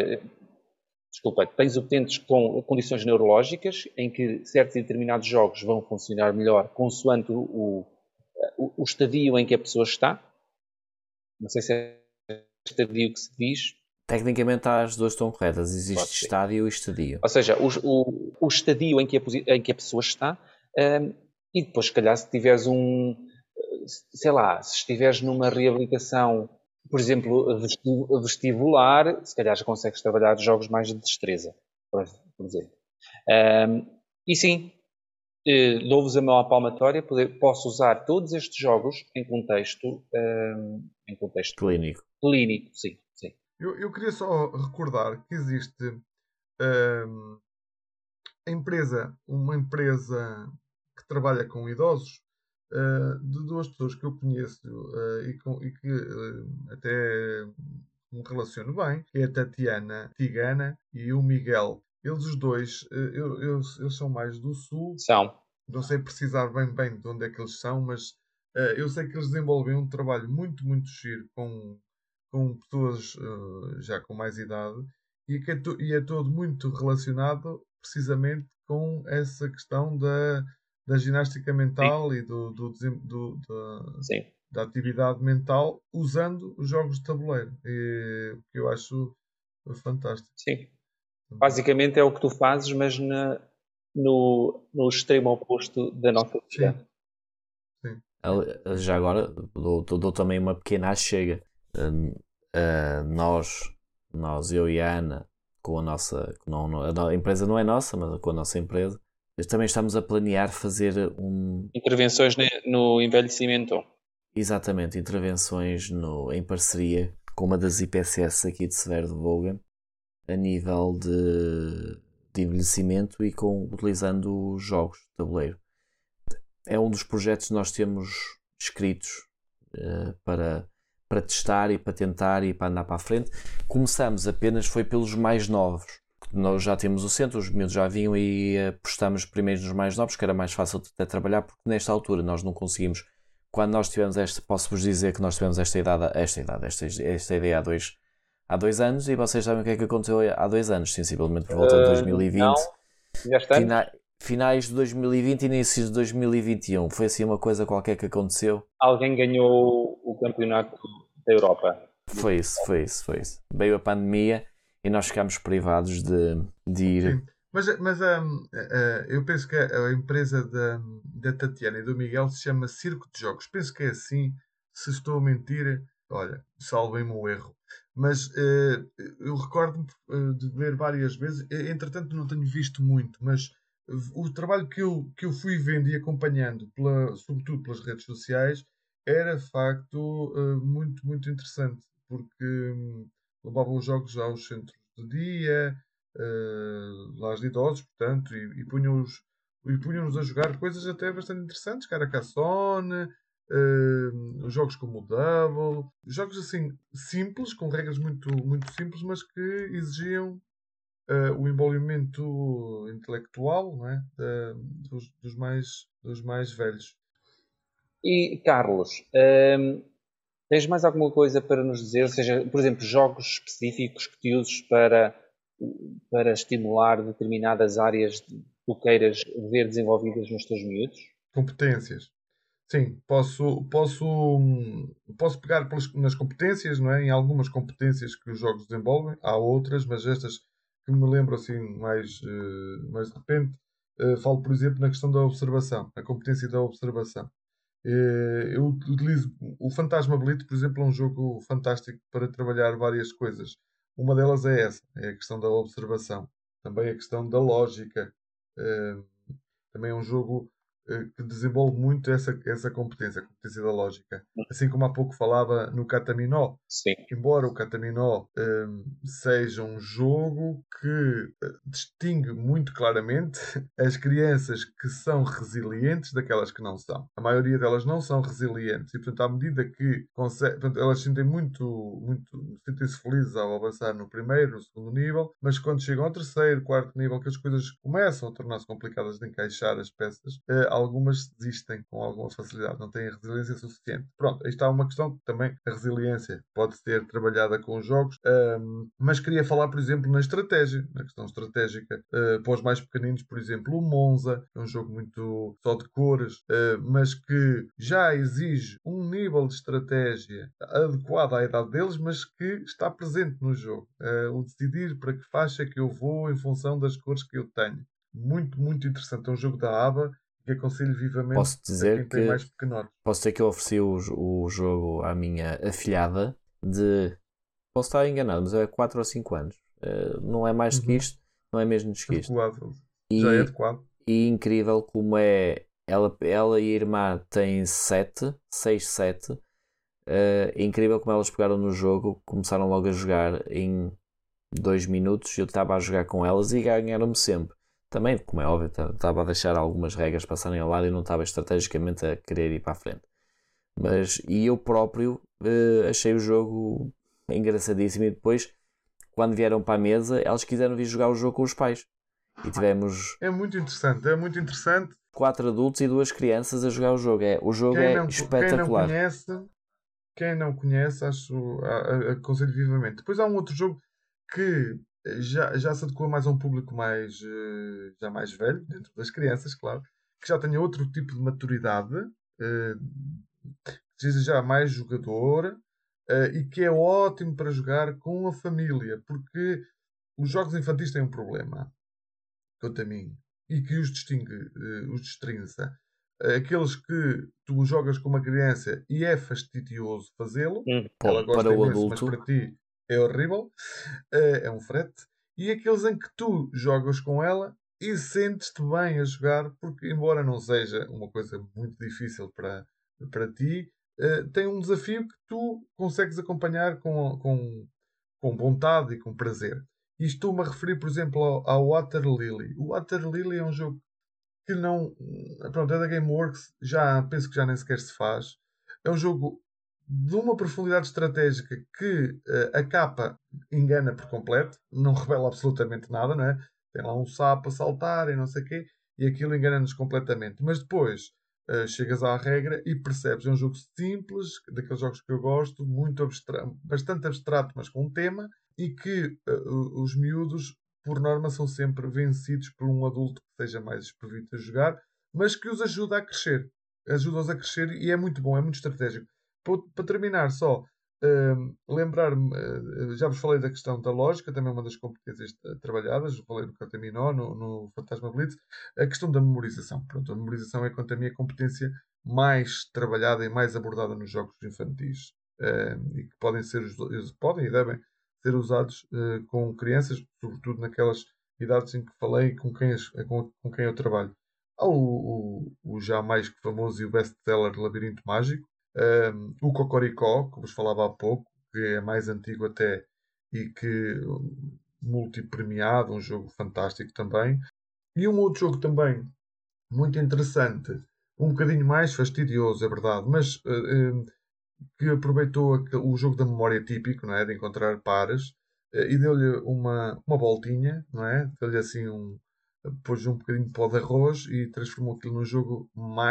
tens utentes com condições neurológicas, em que certos e determinados jogos vão funcionar melhor consoante o estadio em que a pessoa está. Não sei se é estadio que se diz. Tecnicamente as duas estão corretas. Existe estádio e estadio. Ou seja, o estadio em que a pessoa está, e depois, se calhar, se tiveres sei lá, se estiveres numa reabilitação, por exemplo, vestibular, se calhar já consegues trabalhar jogos mais de destreza, por exemplo. E sim, dou-vos a mão à palmatória, posso usar todos estes jogos em contexto Clínico. Clínico, sim. Eu queria só recordar que existe uma empresa que trabalha com idosos, de duas pessoas que eu conheço e que até me relaciono bem, que é a Tatiana Tigana e o Miguel. Eles os dois, eles são mais do sul. São. Não sei precisar bem de onde é que eles são, mas eu sei que eles desenvolvem um trabalho muito giro com pessoas já com mais idade e é todo muito relacionado precisamente com essa questão da ginástica mental e da atividade mental usando os jogos de tabuleiro. O que eu acho fantástico. Sim. Basicamente é o que tu fazes, mas no extremo oposto da nossa vida. Sim. Já agora dou também uma pequena chega. Nós, eu e a Ana, com a nossa. A empresa não é nossa, mas com a nossa empresa, também estamos a planear fazer intervenções no envelhecimento. Exatamente, intervenções em parceria com uma das IPSS aqui de Severo de Voga, a nível de envelhecimento e utilizando os jogos de tabuleiro. É um dos projetos que nós temos escritos para testar e para tentar e para andar para a frente. Começamos foi pelos mais novos. Nós já temos o centro, os miúdos já vinham e apostamos primeiro nos mais novos, que era mais fácil de trabalhar, porque nesta altura nós não conseguimos. Quando nós tivemos posso-vos dizer que nós tivemos esta ideia há 2 anos, e vocês sabem o que é que aconteceu há 2 anos, sensivelmente por volta de 2020. Não, já está. Finais de 2020 e inícios de 2021. Foi assim uma coisa qualquer que aconteceu. Alguém ganhou o campeonato da Europa. Foi isso. Veio a pandemia e nós ficámos privados de ir. Sim. Mas eu penso que a empresa da Tatiana e do Miguel se chama Circo de Jogos. Penso que é assim. Se estou a mentir, olha, salvem-me o erro. Mas eu recordo-me de ver várias vezes. Entretanto, não tenho visto muito, mas o trabalho que eu fui vendo e acompanhando, sobretudo pelas redes sociais, era de facto muito, muito interessante, porque levavam os jogos aos centros de dia, lares de idosos, portanto, e punham-nos a jogar coisas até bastante interessantes, Carcassonne, os jogos como o Double, jogos assim simples, com regras muito, muito simples, mas que exigiam o envolvimento intelectual, não é? Dos mais velhos. E, Carlos, tens mais alguma coisa para nos dizer? Ou seja, por exemplo, jogos específicos que te uses para estimular determinadas áreas que tu queiras ver desenvolvidas nos teus miúdos? Competências. Sim, posso pegar nas competências, não é? Em algumas competências que os jogos desenvolvem. Há outras, mas estas que me lembro assim mais de repente, falo, por exemplo, na questão da observação, a competência da observação. Eu utilizo o Fantasmability, por exemplo, é um jogo fantástico para trabalhar várias coisas. Uma delas é essa, é a questão da observação. Também a questão da lógica. Eh, Também é um jogo que desenvolve muito essa competência, a competência da lógica. Assim como há pouco falava no Cataminó. Sim. Embora o Cataminó seja um jogo que distingue muito claramente as crianças que são resilientes daquelas que não são. A maioria delas não são resilientes e, portanto, à medida que portanto, elas sentem sentem-se felizes ao avançar no primeiro, no segundo nível, mas quando chegam ao terceiro, quarto nível, que as coisas começam a tornar-se complicadas de encaixar as peças, algumas desistem com alguma facilidade, não têm a resiliência suficiente. Pronto, aí está uma questão que também a resiliência pode ser trabalhada com os jogos, mas queria falar, por exemplo, na estratégia, na questão estratégica, para os mais pequeninos, por exemplo, o Monza, é um jogo muito só de cores, mas que já exige um nível de estratégia adequado à idade deles, mas que está presente no jogo. O decidir para que faixa é que eu vou em função das cores que eu tenho. Muito, muito interessante. É um jogo da ABA que aconselho vivamente Posso a dizer quem tem mais pequenotes. Posso dizer que eu ofereci o jogo à minha afilhada de. Posso estar enganado, mas é 4 ou 5 anos. Não é mais que isto, não é mesmo que isto. Adequado. Já é E, adequado. e incrível como é. Ela e a irmã têm 7, 6, 7. É incrível como elas pegaram no jogo, começaram logo a jogar em 2 minutos. Eu estava a jogar com elas e ganharam-me sempre. Também, como é óbvio, estava a deixar algumas regras passarem ao lado e não estava estrategicamente a querer ir para a frente. E eu próprio achei o jogo engraçadíssimo. E depois, quando vieram para a mesa, elas quiseram vir jogar o jogo com os pais. E tivemos É muito interessante, é muito interessante. 4 adultos e 2 crianças a jogar o jogo. O jogo é espetacular. Quem não conhece, aconselho vivamente. Depois há um outro jogo que já se adequa mais a um público já mais velho, dentro das crianças, claro, que já tenha outro tipo de maturidade, eh, que seja já mais jogador, e que é ótimo para jogar com a família, porque os jogos infantis têm um problema, quanto a mim, e que os destrinça. Aqueles que tu jogas com uma criança e é fastidioso fazê-lo, ela Para gosta o imenso, mas adulto, para ti é horrível, é um frete. E aqueles em que tu jogas com ela e sentes-te bem a jogar, porque, embora não seja uma coisa muito difícil para ti, tem um desafio que tu consegues acompanhar com vontade e com prazer. E estou-me a referir, por exemplo, ao Water Lily. O Water Lily é um jogo que não. Pronto, é da Gameworks, penso que já nem sequer se faz. É um jogo de uma profundidade estratégica que a capa engana por completo, não revela absolutamente nada, não é? Tem lá um sapo a saltar e não sei o quê, e aquilo engana-nos completamente. Mas depois chegas à regra e percebes, é um jogo simples, daqueles jogos que eu gosto, bastante abstrato, mas com um tema, e que os miúdos por norma, são sempre vencidos por um adulto que seja mais expedito a jogar, mas que os ajuda a crescer. Ajuda-os a crescer e é muito bom, é muito estratégico. Para terminar, só lembrar-me, já vos falei da questão da lógica, também uma das competências trabalhadas, falei no Cataminó, no Fantasma Blitz, a questão da memorização. Pronto, a memorização é, quanto a mim, a competência mais trabalhada e mais abordada nos jogos infantis. E que podem e devem ser usados com crianças, sobretudo naquelas idades em que falei com quem eu trabalho. Há o já mais que famoso e o best-seller Labirinto Mágico, o Cocoricó, que vos falava há pouco, que é mais antigo até e que multi-premiado, um jogo fantástico também. E um outro jogo também muito interessante, um bocadinho mais fastidioso, é verdade, mas que aproveitou o jogo da memória típico, não é? De encontrar pares e deu-lhe uma voltinha, não é? Deu-lhe assim pôs um bocadinho de pó de arroz e transformou aquilo num jogo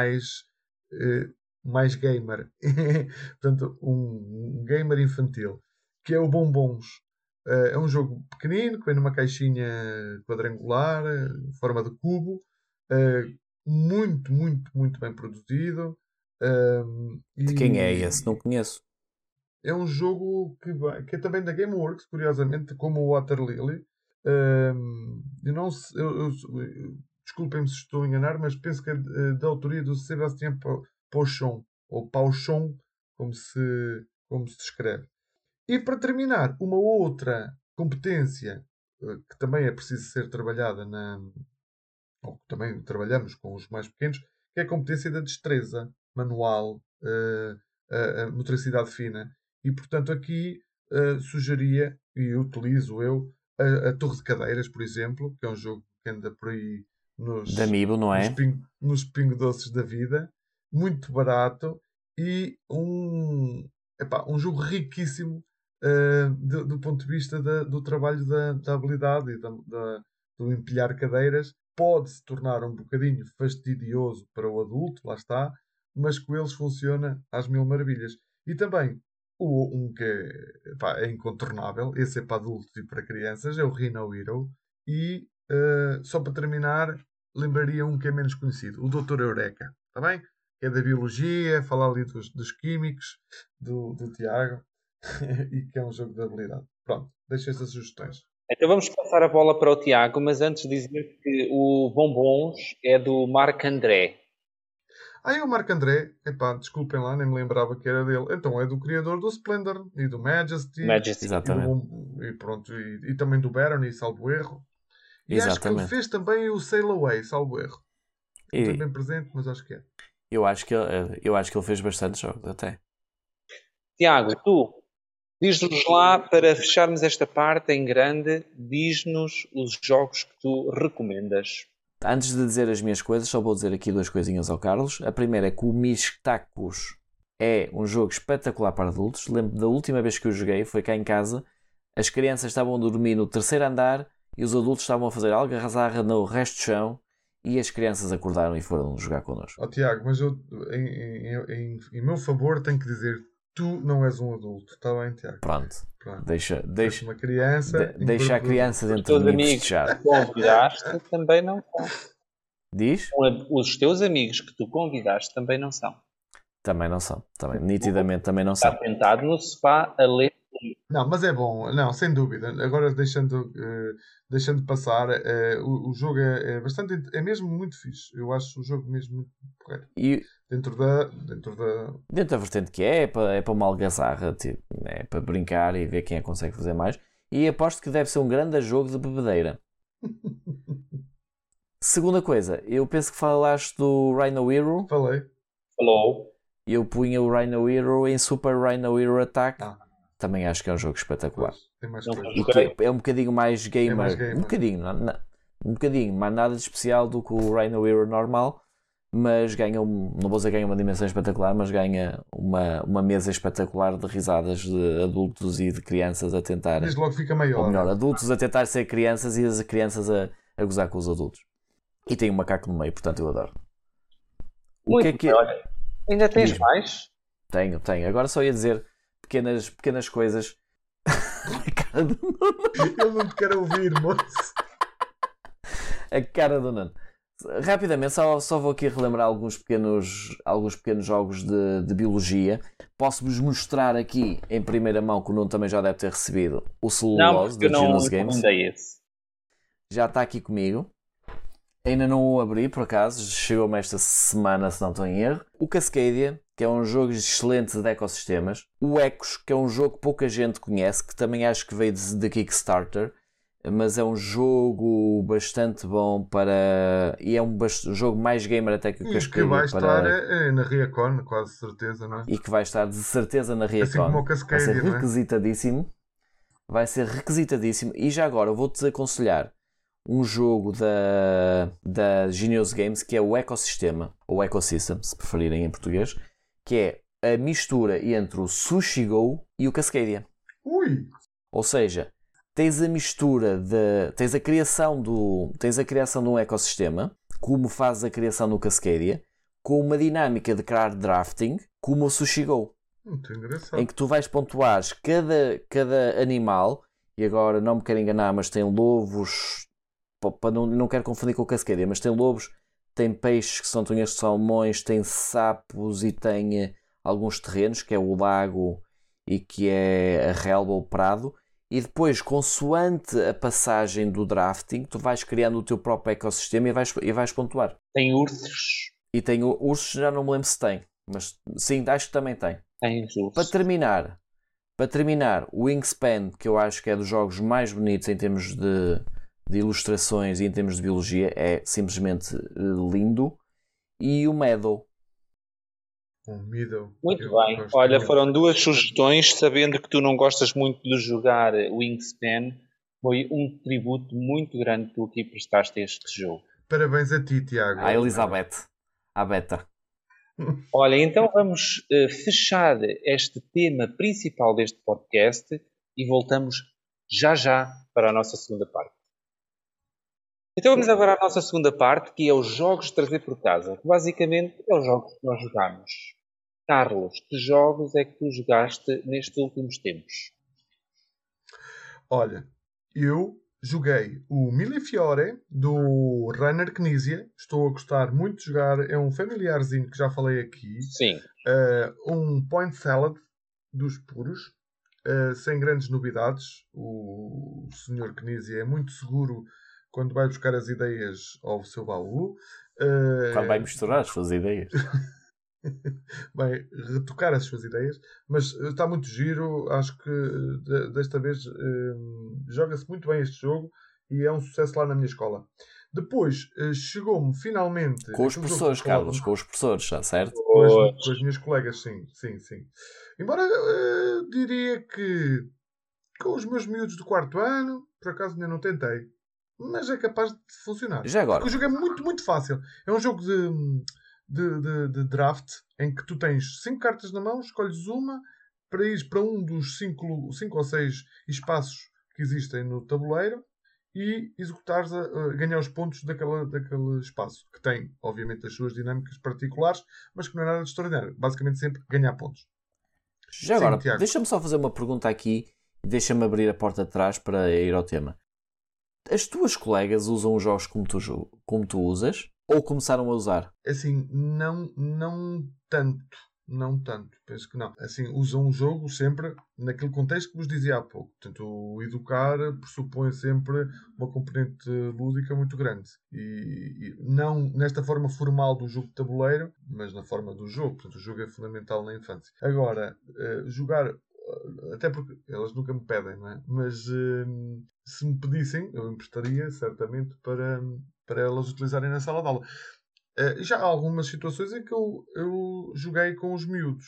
mais gamer. Portanto, um gamer infantil, que é o Bombons. É um jogo pequenino, que vem numa caixinha quadrangular, em forma de cubo, muito, muito, muito bem produzido. De quem é esse? Não conheço. É um jogo que é também da Gameworks, curiosamente, como o Water Lily. Desculpem-me se estou a enganar, mas penso que é da autoria do Sébastien Pauchon, ou Pauchon, como se escreve. E para terminar, uma outra competência que também é preciso ser trabalhada ou que também trabalhamos com os mais pequenos, que é a competência da destreza manual, a motricidade fina. E, portanto, aqui sugeria, e utilizo eu, a Torre de Cadeiras, por exemplo, que é um jogo que anda por aí da Amiibo, não é? nos pingo-doces da vida, muito barato e um jogo riquíssimo do ponto de vista do trabalho da habilidade e do empilhar cadeiras. Pode se tornar um bocadinho fastidioso para o adulto, lá está, mas com eles funciona às mil maravilhas. E também um que é incontornável, esse é para adultos e para crianças, é o Rhino Hero. E só para terminar, lembraria um que é menos conhecido, o Dr. Eureka, está bem? Que é da biologia, fala ali dos químicos, do Tiago, e que é um jogo de habilidade. Pronto, deixo estas sugestões. Então vamos passar a bola para o Tiago, mas antes dizer que o Bombons é do Marc André. E o Marc André, desculpem lá, nem me lembrava que era dele. Então é do criador do Splendor e do Majesty. Exatamente. E pronto, e também do Baron e salvo erro. E exatamente. Acho que ele fez também o Sail Away, salvo erro. Não estou bem presente, mas acho que é. Eu acho que ele fez bastante jogos até. Tiago, tu diz-nos lá, para fecharmos esta parte em grande, diz-nos os jogos que tu recomendas. Antes de dizer as minhas coisas, só vou dizer aqui duas coisinhas ao Carlos. A primeira é que o Mistacos é um jogo espetacular para adultos. Lembro da última vez que eu joguei, foi cá em casa. As crianças estavam a dormir no terceiro andar e os adultos estavam a fazer algarrazarra no resto do chão e as crianças acordaram e foram jogar connosco. Tiago, mas eu, em meu favor, tenho que dizer, tu não és um adulto, está bem, Tiago? Pronto. Deixa uma criança. Deixa a criança dentro de mim festejar. Que tu convidaste também não são. Diz? Os teus amigos que tu convidaste também não são. Também não são. Nitidamente também não são. Está sentado no sofá a ler. Não, mas é bom. Não, sem dúvida. Agora deixando passar, o jogo é bastante... É mesmo muito fixe. Eu acho o jogo mesmo muito porreiro. Dentro da vertente que é para uma algazarra, tipo, é para brincar e ver quem é que consegue fazer mais. E aposto que deve ser um grande jogo de bebedeira. Segunda coisa, eu penso que falaste do Rhino Hero. Falou. Eu punha o Rhino Hero em Super Rhino Hero Attack. Também acho que é um jogo espetacular. Tem mais e que é um bocadinho mais gamer. Um bocadinho, mas nada de especial do que o Rhino Hero normal. Mas ganha, não vou dizer que ganha uma dimensão espetacular, mas ganha uma mesa espetacular de risadas de adultos e de crianças a tentar... Desde logo fica maior. Ou melhor, adultos a tentar ser crianças e as crianças a gozar com os adultos. E tem um macaco no meio, portanto eu adoro. Muito bem, olha. Ainda tens mais? Tenho. Agora só ia dizer pequenas coisas. A cara do Nuno. Eu não te quero ouvir, moço. A cara do Nuno. Rapidamente, só vou aqui relembrar alguns pequenos jogos de biologia. Posso-vos mostrar aqui em primeira mão, que o Nuno também já deve ter recebido, o Celulose da Genius Games. Já está aqui comigo. Ainda não o abri, por acaso. Chegou-me esta semana, se não estou em erro. O Cascadia, que é um jogo excelente de ecossistemas. O Ecos, que é um jogo que pouca gente conhece, que também acho que veio de Kickstarter. mas é um jogo bastante bom para... E é um jogo mais gamer até que o E que Cascadia. vai estar na Riacon, quase certeza, não é? E que vai estar de certeza na Assim Riacon. como o Vai ser Cascadia, não é? requisitadíssimo. Vai ser requisitadíssimo. E já agora eu vou-te aconselhar um jogo da Genius Games que é o Ecosistema, ou Ecosystem, se preferirem em português, que é a mistura entre o Sushi Go e o Cascadia. Ui! Ou seja, tens a mistura tens a criação de um ecossistema, como fazes a criação no Cascadia, com uma dinâmica de criar drafting, como o Sushi Go. Muito engraçado. Em que tu vais pontuar cada animal, e agora não me quero enganar, mas tem lobos, não quero confundir com o Cascadia, mas tem lobos, tem peixes que são tunhas de salmões, tem sapos e tem alguns terrenos, que é o lago e que é a relva ou o prado, e depois, consoante a passagem do drafting, tu vais criando o teu próprio ecossistema e vais pontuar. Tem ursos. E tem ursos, já não me lembro se tem, mas sim, acho que também tem. Tem ursos. Para terminar, o Wingspan, que eu acho que é dos jogos mais bonitos em termos de ilustrações e em termos de biologia, é simplesmente lindo. E o Meadow. Muito bem. Olha, foram duas sugestões, sabendo que tu não gostas muito de jogar Wingspan. Foi um tributo muito grande que tu aqui prestaste a este jogo. Parabéns a ti, Tiago. A Elizabeth. A Beta. Olha, então vamos fechar este tema principal deste podcast e voltamos já para a nossa segunda parte. Então vamos agora à nossa segunda parte, que é os jogos de trazer por casa, que basicamente é os jogos que nós jogamos. Carlos, que jogos é que tu jogaste nestes últimos tempos? Olha, eu joguei o Millefiore do Rainer Knizia. Estou a gostar muito de jogar. É um familiarzinho que já falei aqui. Sim. Um point salad dos puros, sem grandes novidades. O Sr. Knizia é muito seguro quando vai buscar as ideias ao seu baú. Quando vai misturar as suas ideias. Vai retocar as suas ideias, mas está muito giro. Acho que desta vez joga-se muito bem este jogo e é um sucesso lá na minha escola. Depois chegou-me finalmente com os professores, Carlos, com os professores, está certo? Com as minhas colegas, sim. Embora diria que com os meus miúdos do quarto ano, por acaso ainda não tentei, mas é capaz de funcionar. Já agora. Porque o jogo é muito, muito fácil. É um jogo de draft em que tu tens 5 cartas na mão, escolhes uma para ir para um dos 5 ou 6 espaços que existem no tabuleiro e executares ganhar os pontos daquele espaço, que tem, obviamente, as suas dinâmicas particulares, mas que não é nada de extraordinário. Basicamente sempre ganhar pontos. Já agora, deixa-me só fazer uma pergunta aqui e deixa-me abrir a porta de trás para ir ao tema. As tuas colegas usam os jogos como tu usas? Ou começaram a usar? Assim, não tanto. Não tanto, penso que não. Assim, usam o jogo sempre naquele contexto que vos dizia há pouco. Portanto, o educar pressupõe sempre uma componente lúdica muito grande. E não nesta forma formal do jogo de tabuleiro, mas na forma do jogo. Portanto, o jogo é fundamental na infância. Agora, jogar, até porque elas nunca me pedem, não é? Mas se me pedissem, eu emprestaria certamente para elas utilizarem na sala de aula. Já há algumas situações em que eu joguei com os miúdos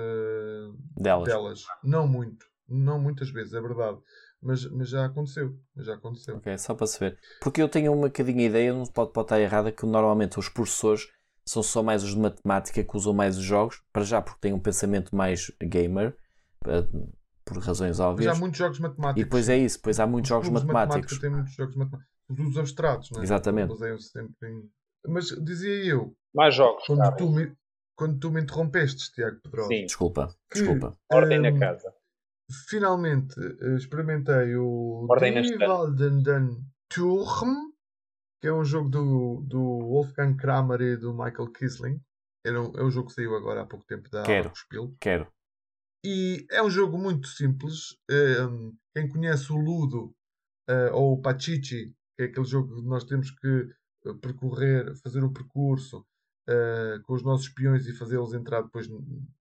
delas. Não muito. Não muitas vezes, é verdade. Mas já aconteceu. Ok, só para saber. Porque eu tenho uma bocadinho ideia, não pode estar errada, que normalmente os professores são só mais os de matemática que usam mais os jogos, para já porque têm um pensamento mais gamer, por razões óbvias. Mas há muitos jogos matemáticos. E depois é isso, depois há muitos jogos matemáticos. Tem muitos jogos matemáticos. Os abstratos, não é? Exatamente. Mas dizia eu, mais jogos, quando tu me interrompeste, Tiago Pedrosa. Sim. Desculpa. Ordem na casa. Finalmente experimentei o Die Turm, que é um jogo do Wolfgang Kramer e do Michael Kisling. É um jogo que saiu agora há pouco tempo da Spiel. Quero. E é um jogo muito simples. Quem conhece o Ludo ou o Pachichi, que é aquele jogo que nós temos que fazer o percurso com os nossos peões e fazê-los entrar depois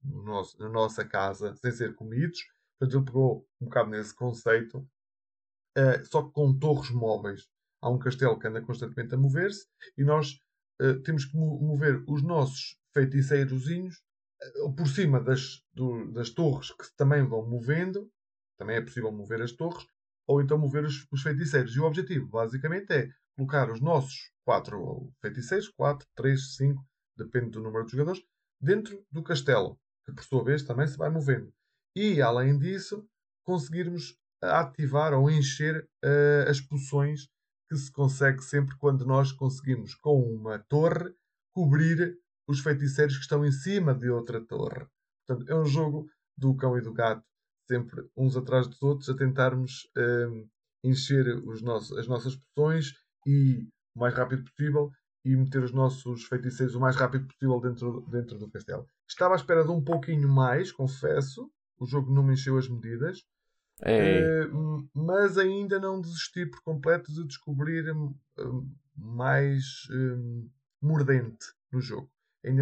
na nossa casa sem ser comidos. Portanto, ele pegou um bocado nesse conceito. só que com torres móveis. Há um castelo que anda constantemente a mover-se e nós temos que mover os nossos feiticeirozinhos por cima das torres que também vão movendo. Também é possível mover as torres ou então mover os feiticeiros. E o objetivo, basicamente, é colocar os nossos 4 feiticeiros, 4, 3, 5, depende do número de jogadores, dentro do castelo, que por sua vez também se vai movendo. E, além disso, conseguirmos ativar ou encher as poções que se consegue sempre quando nós conseguimos, com uma torre, cobrir os feiticeiros que estão em cima de outra torre. Portanto, é um jogo do cão e do gato, sempre uns atrás dos outros, a tentarmos encher as nossas poções e o mais rápido possível e meter os nossos feiticeiros o mais rápido possível dentro do castelo. Estava à espera de um pouquinho mais, confesso. O jogo não me encheu as medidas. Mas ainda não desisti por completo de descobrir mais mordente no jogo. Ainda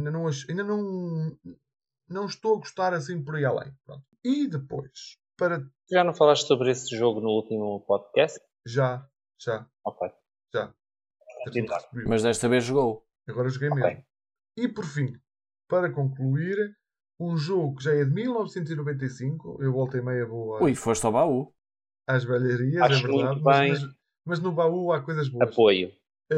não estou a gostar assim por aí além. Pronto. E depois, Já não falaste sobre esse jogo no último podcast? Já. Ok. Já. Mas desta vez jogou. Agora joguei mesmo. E por fim, para concluir, um jogo que já é de 1995. Eu voltei meia boa. Ui, foste ao baú. Às velharias, Acho é verdade. Mas no baú há coisas boas. Apoio.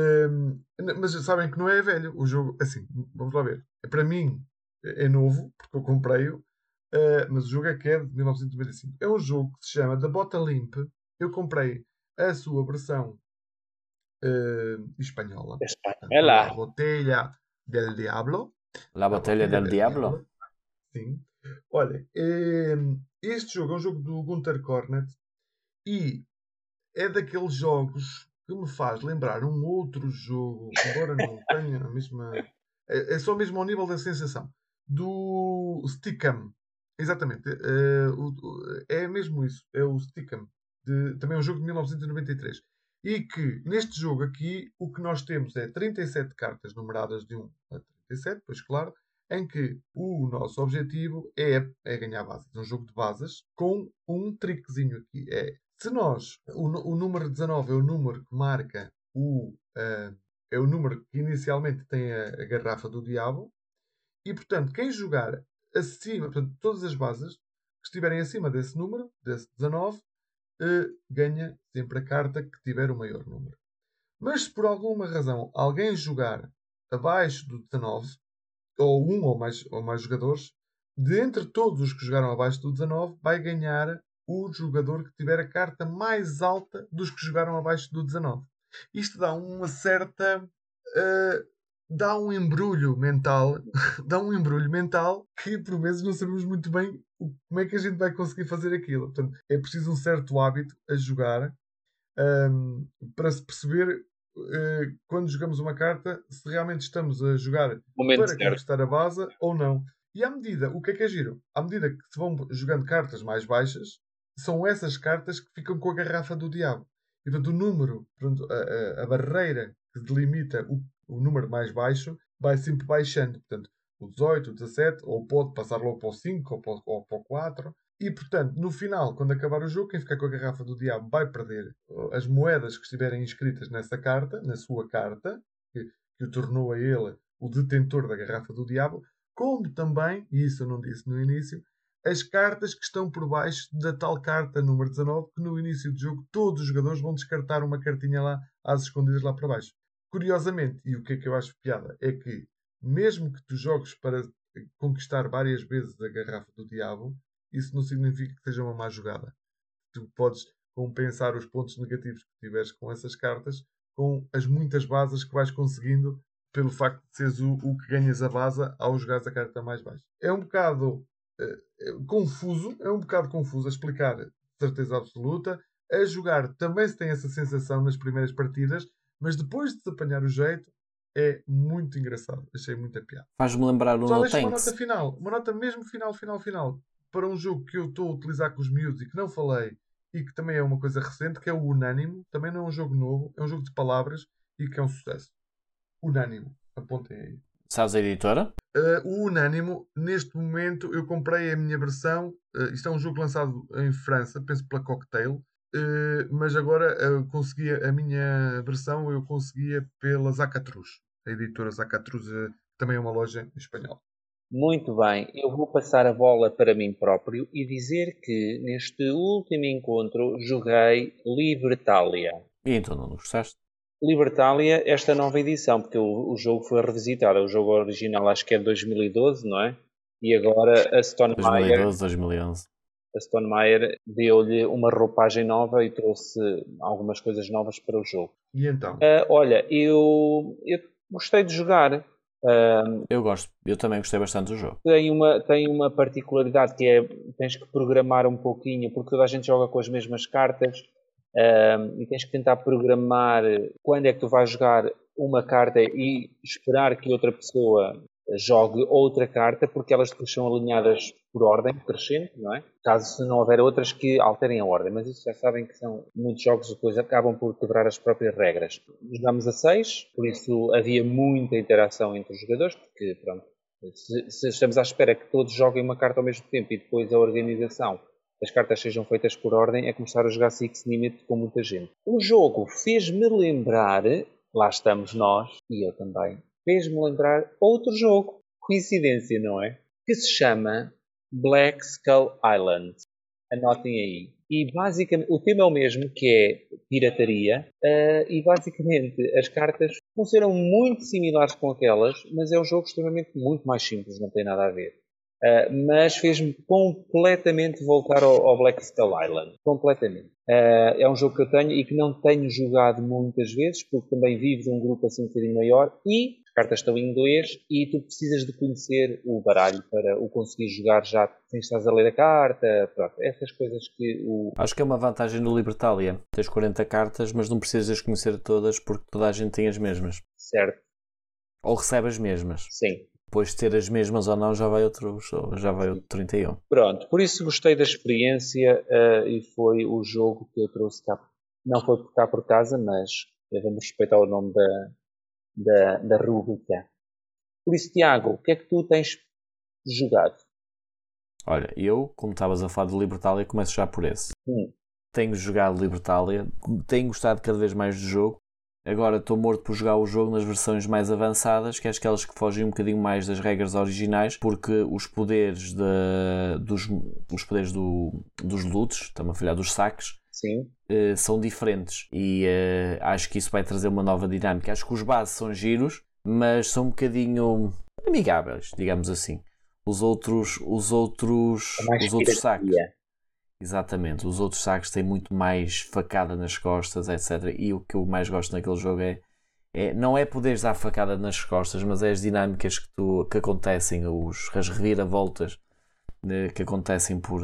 Mas sabem que não é velho. O jogo, assim, vamos lá ver. Para mim é novo, porque eu comprei-o. Mas o jogo é que é de 1995. É um jogo que se chama The Bottle Imp. Eu comprei a sua versão espanhola. La Botella del Diablo. La Botella del Diablo. Sim. Olha, este jogo é um jogo do Gunter Cornet e é daqueles jogos que me faz lembrar um outro jogo, embora não tenha a mesma... É só mesmo ao nível da sensação. Do Stick'em. Exatamente. É mesmo isso. É o Stick'em. Também é um jogo de 1993. E que, neste jogo aqui, o que nós temos é 37 cartas numeradas de 1 a 37, pois claro, em que o nosso objetivo é ganhar bases. É um jogo de bases com um trickzinho aqui. Se nós, o número 19 é o número que marca é o número que inicialmente tem a garrafa do diabo, e portanto, quem jogar acima, portanto, todas as bases que estiverem acima desse número, desse 19, ganha sempre a carta que tiver o maior número. Mas se por alguma razão alguém jogar abaixo do 19, ou um ou mais jogadores, de entre todos os que jogaram abaixo do 19, vai ganhar o jogador que tiver a carta mais alta dos que jogaram abaixo do 19. Isto dá uma certa... dá um embrulho mental que por vezes não sabemos muito bem como é que a gente vai conseguir fazer aquilo. Portanto, é preciso um certo hábito a jogar para se perceber quando jogamos uma carta se realmente estamos a jogar para conquistar a base ou não. E o que é giro? À medida que se vão jogando cartas mais baixas, são essas cartas que ficam com a garrafa do diabo. E portanto o número, a barreira que delimita o número mais baixo vai sempre baixando. Portanto, o 18, o 17, ou pode passar logo para o 5 ou para o 4. E, portanto, no final, quando acabar o jogo, quem ficar com a garrafa do diabo vai perder as moedas que estiverem inscritas nessa carta, na sua carta, que o tornou a ele o detentor da garrafa do diabo, como também, e isso eu não disse no início, as cartas que estão por baixo da tal carta número 19, que no início do jogo todos os jogadores vão descartar uma cartinha lá, às escondidas lá para baixo. Curiosamente, e o que é que eu acho piada, é que mesmo que tu jogues para conquistar várias vezes a garrafa do diabo, isso não significa que seja uma má jogada. Tu podes compensar os pontos negativos que tiveres com essas cartas com as muitas bases que vais conseguindo pelo facto de seres o que ganhas a base ao jogares a carta mais baixa. É um bocado confuso a explicar de certeza absoluta. A jogar também se tem essa sensação nas primeiras partidas, mas depois de se apanhar o jeito é muito engraçado. Achei muita piada. Faz-me lembrar um Só deixo uma nota final. Uma nota mesmo final. Para um jogo que eu estou a utilizar com os miúdos e que não falei e que também é uma coisa recente, que é o Unânimo. Também não é um jogo novo, é um jogo de palavras e que é um sucesso. Unânimo. Apontem aí. Sabes a editora? O Unânimo, neste momento, eu comprei a minha versão. Isto é um jogo lançado em França, penso pela Cocktail. mas agora conseguia a minha versão, eu conseguia pela Zacatrus. A editora Zacatrus também é uma loja espanhola. Muito bem, eu vou passar a bola para mim próprio e dizer que neste último encontro joguei Libertalia. E então não gostaste? Libertalia, esta nova edição, porque o jogo foi revisitado. O jogo original acho que é de 2012, não é? E agora a Stone 2012, 2011. A Stone Meyer deu-lhe uma roupagem nova e trouxe algumas coisas novas para o jogo. E então? Olha, eu gostei de jogar. Eu gosto, eu também gostei bastante do jogo. Tem uma particularidade que é, tens que programar um pouquinho, porque toda a gente joga com as mesmas cartas, e tens que tentar programar quando é que tu vais jogar uma carta e esperar que outra pessoa jogue outra carta, porque elas depois são alinhadas por ordem crescente, não é? Caso se não houver outras que alterem a ordem, mas isso já sabem que são muitos jogos depois acabam por quebrar as próprias regras. Jogámos a 6, por isso havia muita interação entre os jogadores, porque pronto, se estamos à espera que todos joguem uma carta ao mesmo tempo e depois a organização as cartas sejam feitas por ordem, é começar a jogar Six Limit com muita gente. O jogo fez-me lembrar, lá estamos nós, e eu também, fez-me lembrar outro jogo, coincidência, não é? Que se chama Black Skull Island. Anotem aí. E basicamente, o tema é o mesmo, que é pirataria, e basicamente as cartas funcionam muito similares com aquelas, mas é um jogo extremamente muito mais simples, não tem nada a ver. Mas fez-me completamente voltar ao Black Skull Island. Completamente. É um jogo que eu tenho e que não tenho jogado muitas vezes, porque também vivo de um grupo assim um bocadinho maior e as cartas estão em inglês e tu precisas de conhecer o baralho para o conseguir jogar já sem estás a ler a carta. Pronto, essas coisas que Acho que é uma vantagem do Libertalia. Tens 40 cartas, mas não precisas conhecer todas porque toda a gente tem as mesmas. Certo. Ou recebe as mesmas. Sim. Depois de ter as mesmas ou não, já vai outro 31. Pronto, por isso gostei da experiência e foi o jogo que eu trouxe cá. Não foi por cá por casa, mas vamos respeitar o nome da rubrica. Por isso, Tiago, o que é que tu tens jogado? Olha, eu, como estavas a falar de Libertalia, começo já por esse. Tenho jogado Libertalia, tenho gostado cada vez mais do jogo. Agora estou morto por jogar o jogo nas versões mais avançadas, que é aquelas que fogem um bocadinho mais das regras originais, porque os poderes dos loots, estamos a falar dos saques, Sim. São diferentes e acho que isso vai trazer uma nova dinâmica. Acho que os bases são giros, mas são um bocadinho amigáveis, digamos assim. Os outros saques. Exatamente, os outros saques têm muito mais facada nas costas, etc. E o que eu mais gosto naquele jogo não é poderes dar facada nas costas, mas é as dinâmicas que acontecem, as reviravoltas que acontecem por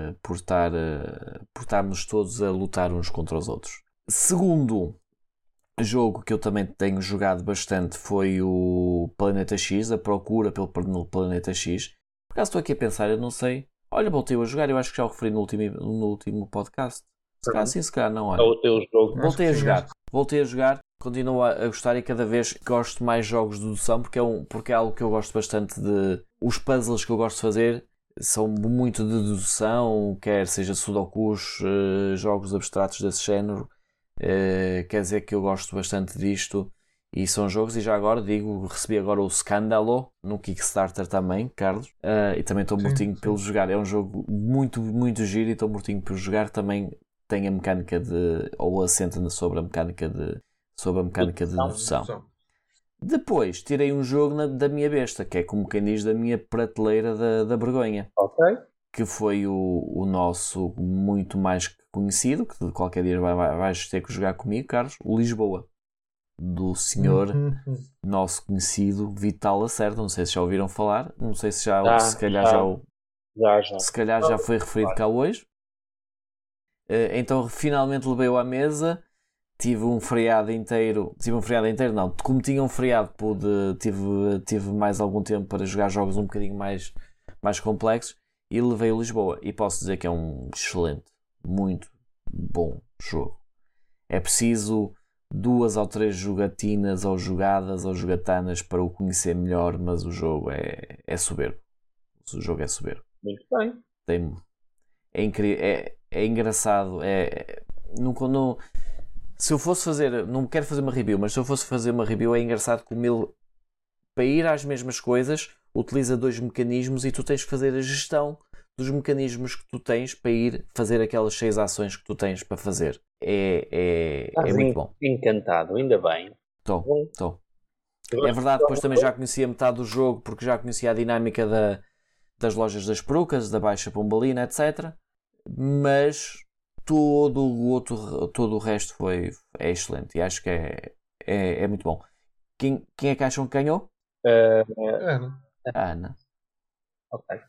estarmos todos a lutar uns contra os outros. Segundo jogo que eu também tenho jogado bastante foi o Planeta X, a procura pelo Planeta X. Por acaso estou aqui a pensar, eu não sei. Olha, voltei a jogar, eu acho que já o referi no último podcast. Se calhar sim, se calhar não. Olha. É o teu jogo. Voltei a jogar, continuo a gostar e cada vez gosto mais de jogos de dedução porque é algo que eu gosto bastante de... Os puzzles que eu gosto de fazer são muito de dedução, quer seja sudokus, jogos abstratos desse género. Quer dizer que eu gosto bastante disto. E são jogos, e já agora digo, recebi agora o Scandalo no Kickstarter também, Carlos, e também estou mortinho pelo jogar. É um jogo muito, muito giro e estou mortinho pelo jogar. Também tem a mecânica ou assenta sobre a mecânica de dedução. Depois tirei um jogo da minha besta, que é como quem diz da minha prateleira da vergonha. Ok. Que foi o nosso muito mais conhecido, que de qualquer dia vais ter que jogar comigo, Carlos, o Lisboa. Do senhor nosso conhecido Vital Lacerda. Não sei se já ouviram falar, não sei se se calhar já foi referido cá hoje. Então finalmente levei-o à mesa. Tive um feriado inteiro não, como tinha um feriado tive mais algum tempo para jogar jogos um bocadinho mais complexos e levei o Lisboa, e posso dizer que é um excelente, muito bom jogo. É preciso 2 ou 3 jogatinas ou jogadas ou jogatanas para o conhecer melhor, mas o jogo é soberbo. O jogo é soberbo. Muito bem. É incrível, é engraçado, Se eu fosse fazer, não quero fazer uma review, mas se eu fosse fazer uma review é engraçado como ele, para ir às mesmas coisas, utiliza 2 mecanismos e tu tens que fazer a gestão dos mecanismos que tu tens para ir fazer aquelas 6 ações que tu tens para fazer. É muito bom. Encantado, ainda bem. Estou. É verdade, depois também já conhecia metade do jogo, porque já conhecia a dinâmica das lojas das perucas, da Baixa Pombalina, etc. Mas todo o resto é excelente e acho que é muito bom. Quem é que acham que ganhou? A Ana. Ok.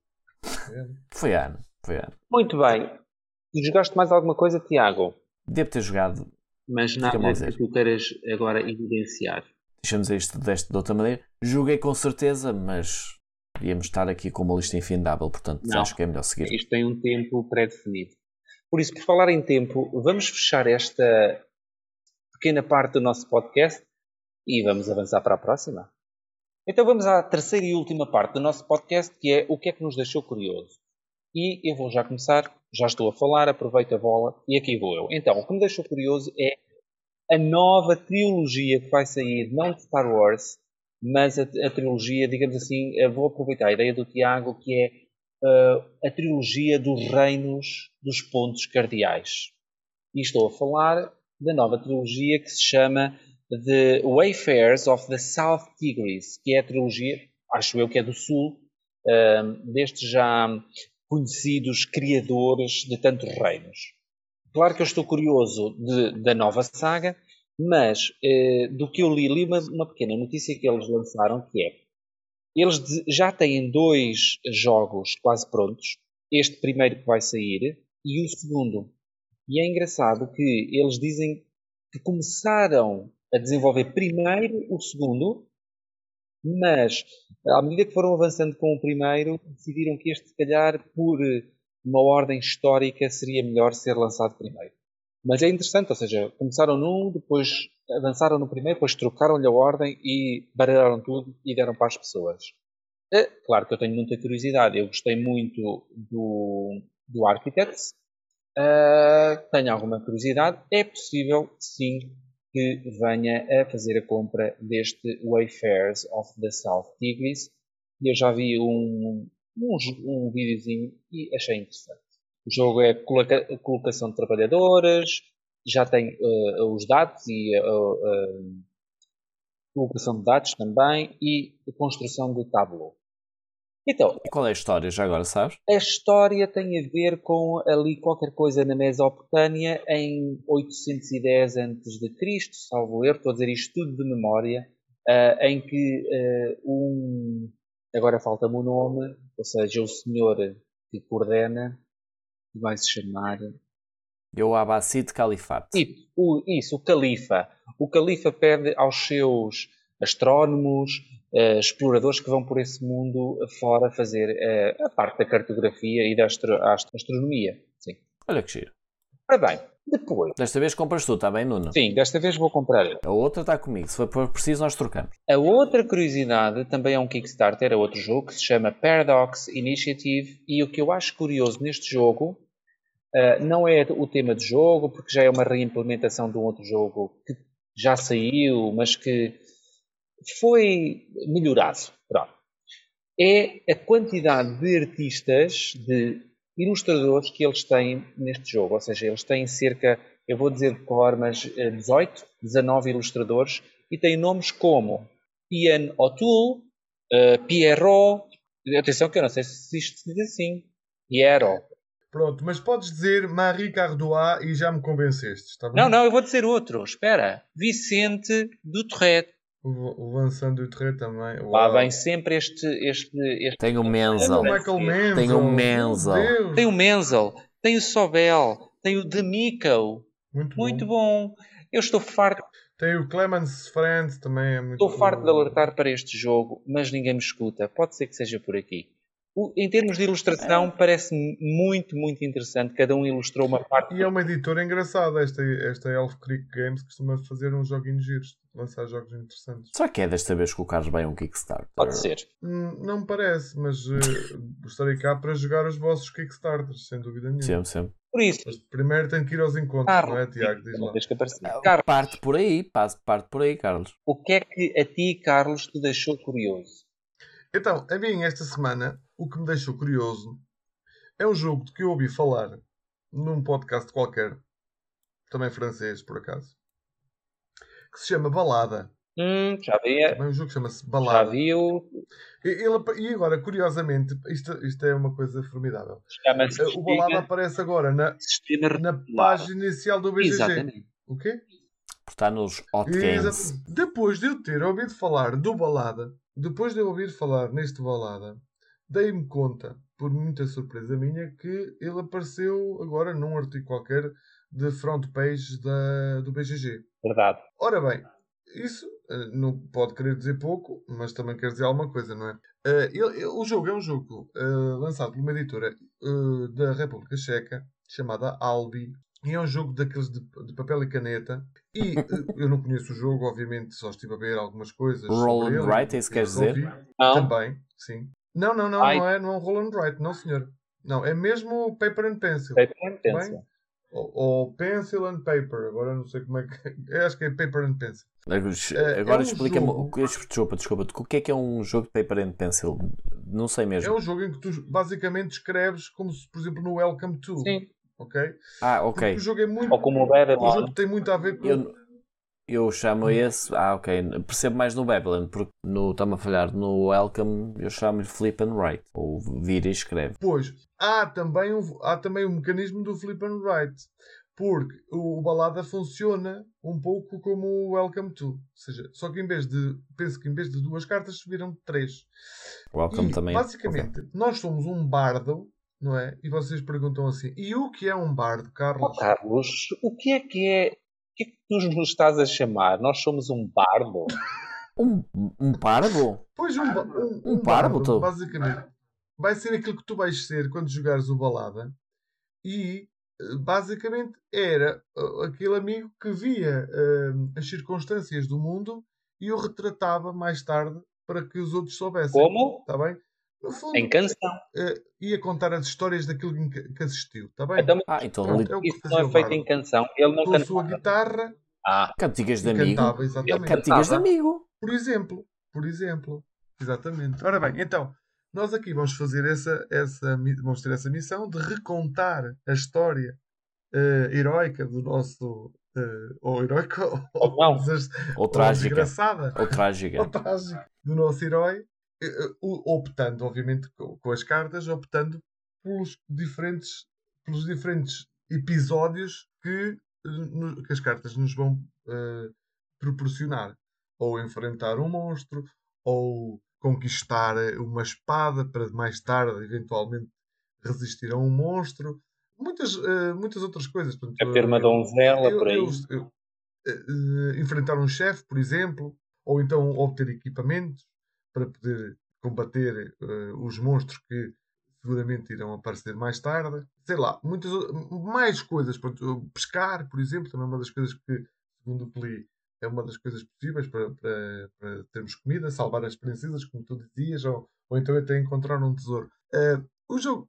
Foi a Ana. Muito bem. E jogaste mais alguma coisa, Tiago? Devo ter jogado. Mas nada que tu queiras agora evidenciar. Deixamos isto de outra maneira. Joguei com certeza, mas íamos estar aqui com uma lista infindável, portanto acho que é melhor seguir. Isto tem um tempo pré-definido. Por isso, por falar em tempo, vamos fechar esta pequena parte do nosso podcast e vamos avançar para a próxima. Então vamos à terceira e última parte do nosso podcast, que é o que é que nos deixou curioso. E eu vou já começar, já estou a falar, aproveito a bola e aqui vou eu. Então, o que me deixou curioso é a nova trilogia que vai sair, não de Star Wars, mas a trilogia, digamos assim, vou aproveitar a ideia do Tiago, que é a trilogia dos reinos dos pontos cardeais. E estou a falar da nova trilogia que se chama The Wayfarers of the South Tigris, que é a trilogia, acho eu que é do Sul, destes já conhecidos criadores de tantos reinos. Claro que eu estou curioso da nova saga, mas do que eu li uma pequena notícia que eles lançaram, que é, eles já têm 2 jogos quase prontos, este primeiro que vai sair e o segundo. E é engraçado que eles dizem que começaram a desenvolver primeiro o segundo, mas à medida que foram avançando com o primeiro, decidiram que este, se calhar, por uma ordem histórica, seria melhor ser lançado primeiro. Mas é interessante, ou seja, começaram num, depois avançaram no primeiro, depois trocaram-lhe a ordem e baralharam tudo e deram para as pessoas. Claro que eu tenho muita curiosidade, eu gostei muito do Architects, tenho alguma curiosidade, é possível, sim, que venha a fazer a compra deste Wayfarers of the South Tigris. Eu já vi um videozinho e achei interessante. O jogo é colocação de trabalhadores, já tem os dados e colocação de dados também e a construção de tableau. Então, e qual é a história, já agora, sabes? A história tem a ver com ali qualquer coisa na Mesopotâmia em 810 a.C., salvo erro, estou a dizer isto tudo de memória, em que agora falta-me o nome, ou seja, o senhor que coordena, que vai se chamar... O Abbasid Califate. Isso, o Califa. O Califa pede aos seus astrónomos, exploradores que vão por esse mundo fora fazer a parte da cartografia e da astronomia. Sim. Olha que giro. Ora bem, depois... Desta vez compras tu, está bem, Nuno? Sim, desta vez vou comprar. A outra está comigo, se for preciso nós trocamos. A outra curiosidade também é um Kickstarter, é outro jogo que se chama Paradox Initiative, e o que eu acho curioso neste jogo não é o tema do jogo, porque já é uma reimplementação de um outro jogo que já saiu, mas que foi melhorado. Pronto. É a quantidade de artistas, de ilustradores que eles têm neste jogo. Ou seja, eles têm cerca, eu vou dizer de cor, mas 18, 19 ilustradores e têm nomes como Ian O'Toole, Pierrot, atenção que eu não sei se isto se diz assim, Pierrot. Pronto, mas podes dizer Marie Cardois e já me convenceste, está bem? Não, eu vou dizer outro, espera. Vicente Duterret. O Vincent Duterret também. Lá vem sempre este... Tem o Menzel. Tem o Menzel. Tem o Menzel. Tem o Sobel. Tem o D'Amico. Muito bom. Eu estou farto. Tem o Clemens Friend também. É muito estou farto de alertar para este jogo, mas ninguém me escuta. Pode ser que seja por aqui. Em termos de ilustração, parece-me muito, muito interessante. Cada um ilustrou uma parte. E é uma editora engraçada. Esta Elf Creek Games costuma fazer uns joguinhos giros, lançar jogos interessantes. Será que é desta vez que o Carlos vai um Kickstarter? Pode ser. Não me parece, mas estarei cá para jogar os vossos Kickstarters, sem dúvida nenhuma. Sempre. Por isso, Mas primeiro tenho que ir aos encontros, Carlos, não é, Tiago? Diz não lá. tens que aparecer. Carlos, Parte por aí, Carlos. o que é que a ti, Carlos, te deixou curioso? Então, a mim, esta semana, o que me deixou curioso é um jogo de que eu ouvi falar num podcast qualquer, também francês, por acaso, que se chama Balada. Já vi, Também um jogo que chama-se já Balada. vi o... E agora, curiosamente, isto é uma coisa formidável. Chama-se O Balada aparece agora Sistema na Reticular. página inicial do BGG. Exatamente. O quê? Por estar nos Hot Games. Depois de eu ter ouvido falar do Balada, depois de eu ouvir falar neste Balada, dei-me conta, por muita surpresa minha, que ele apareceu agora num artigo qualquer de front page do BGG. Verdade. Ora bem, isso não pode querer dizer pouco, mas também quer dizer alguma coisa, não é? O jogo é um jogo lançado por uma editora da República Checa, chamada Albi, e é um jogo daqueles de papel e caneta. E eu não conheço o jogo, obviamente, só estive a ver algumas coisas. Roll sobre and ele, write, é isso que queres dizer? Não. Também, sim. Não é um roll and write, não senhor. Não, é mesmo paper and pencil. Paper and pencil. Bem? Ou pencil and paper, agora não sei como é que... Eu acho que é paper and pencil. Agora um explica-me. jogo- Desculpa. O que é um jogo de paper and pencil? Não sei É mesmo. um jogo em que tu basicamente escreves como se, por exemplo, no Welcome to. Sim. Ok? Ok. Porque o jogo é muito... Ou como o Babylon. O jogo tem muito a ver com... Eu chamo esse. Ok. Percebo mais no Babylon, porque está-me a falhar. No Welcome eu chamo-lhe Flip and Write. Ou vira e escreve. Pois, há também o mecanismo do flip and write. Porque o Balada funciona um pouco como o Welcome to. Ou seja, só que penso que em vez de 2 cartas, viram 3. Welcome E, também. basicamente, nós somos um bardo, não é? E vocês perguntam assim, e o que é um bardo, Carlos? Carlos, o que é que tu nos estás a chamar? Nós somos um bardo? Um parvo? Pois, um parvo, bardo, tu? basicamente, vai ser aquilo que tu vais ser quando jogares o Balada. E, basicamente, era aquele amigo que via as circunstâncias do mundo e o retratava mais tarde para que os outros soubessem. Como? Está bem? No fundo, Em canção. ia contar as histórias daquilo que assistiu. Está bem? Então, Então Pronto, é o que isso não fazia é o feito bardo. em canção. Ele não Com a sua cantava. guitarra cantigas de e amigo. cantava, exatamente. Cantigas de amigo. Por exemplo. Exatamente. Ora bem, então, nós aqui vamos fazer vamos ter essa missão de recontar a história heroica do nosso... ou heroica ou, não. Ou trágica. desgraçada. Ou trágica. Ou trágica. Do nosso herói. Optando, obviamente, com as cartas, optando pelos diferentes episódios que as cartas nos vão proporcionar. Ou enfrentar um monstro, ou conquistar uma espada para mais tarde, eventualmente, resistir a um monstro. Muitas outras coisas. Portanto, É ter uma donzela por aí. Enfrentar um chefe, por exemplo, ou então obter equipamentos para poder combater os monstros que seguramente irão aparecer mais tarde. Sei lá, muitas mais coisas. Pronto, pescar, por exemplo, também é uma das coisas que, segundo o Peli, é uma das coisas possíveis para termos comida, salvar as princesas, como tu dizias, ou então até encontrar um tesouro. O jogo,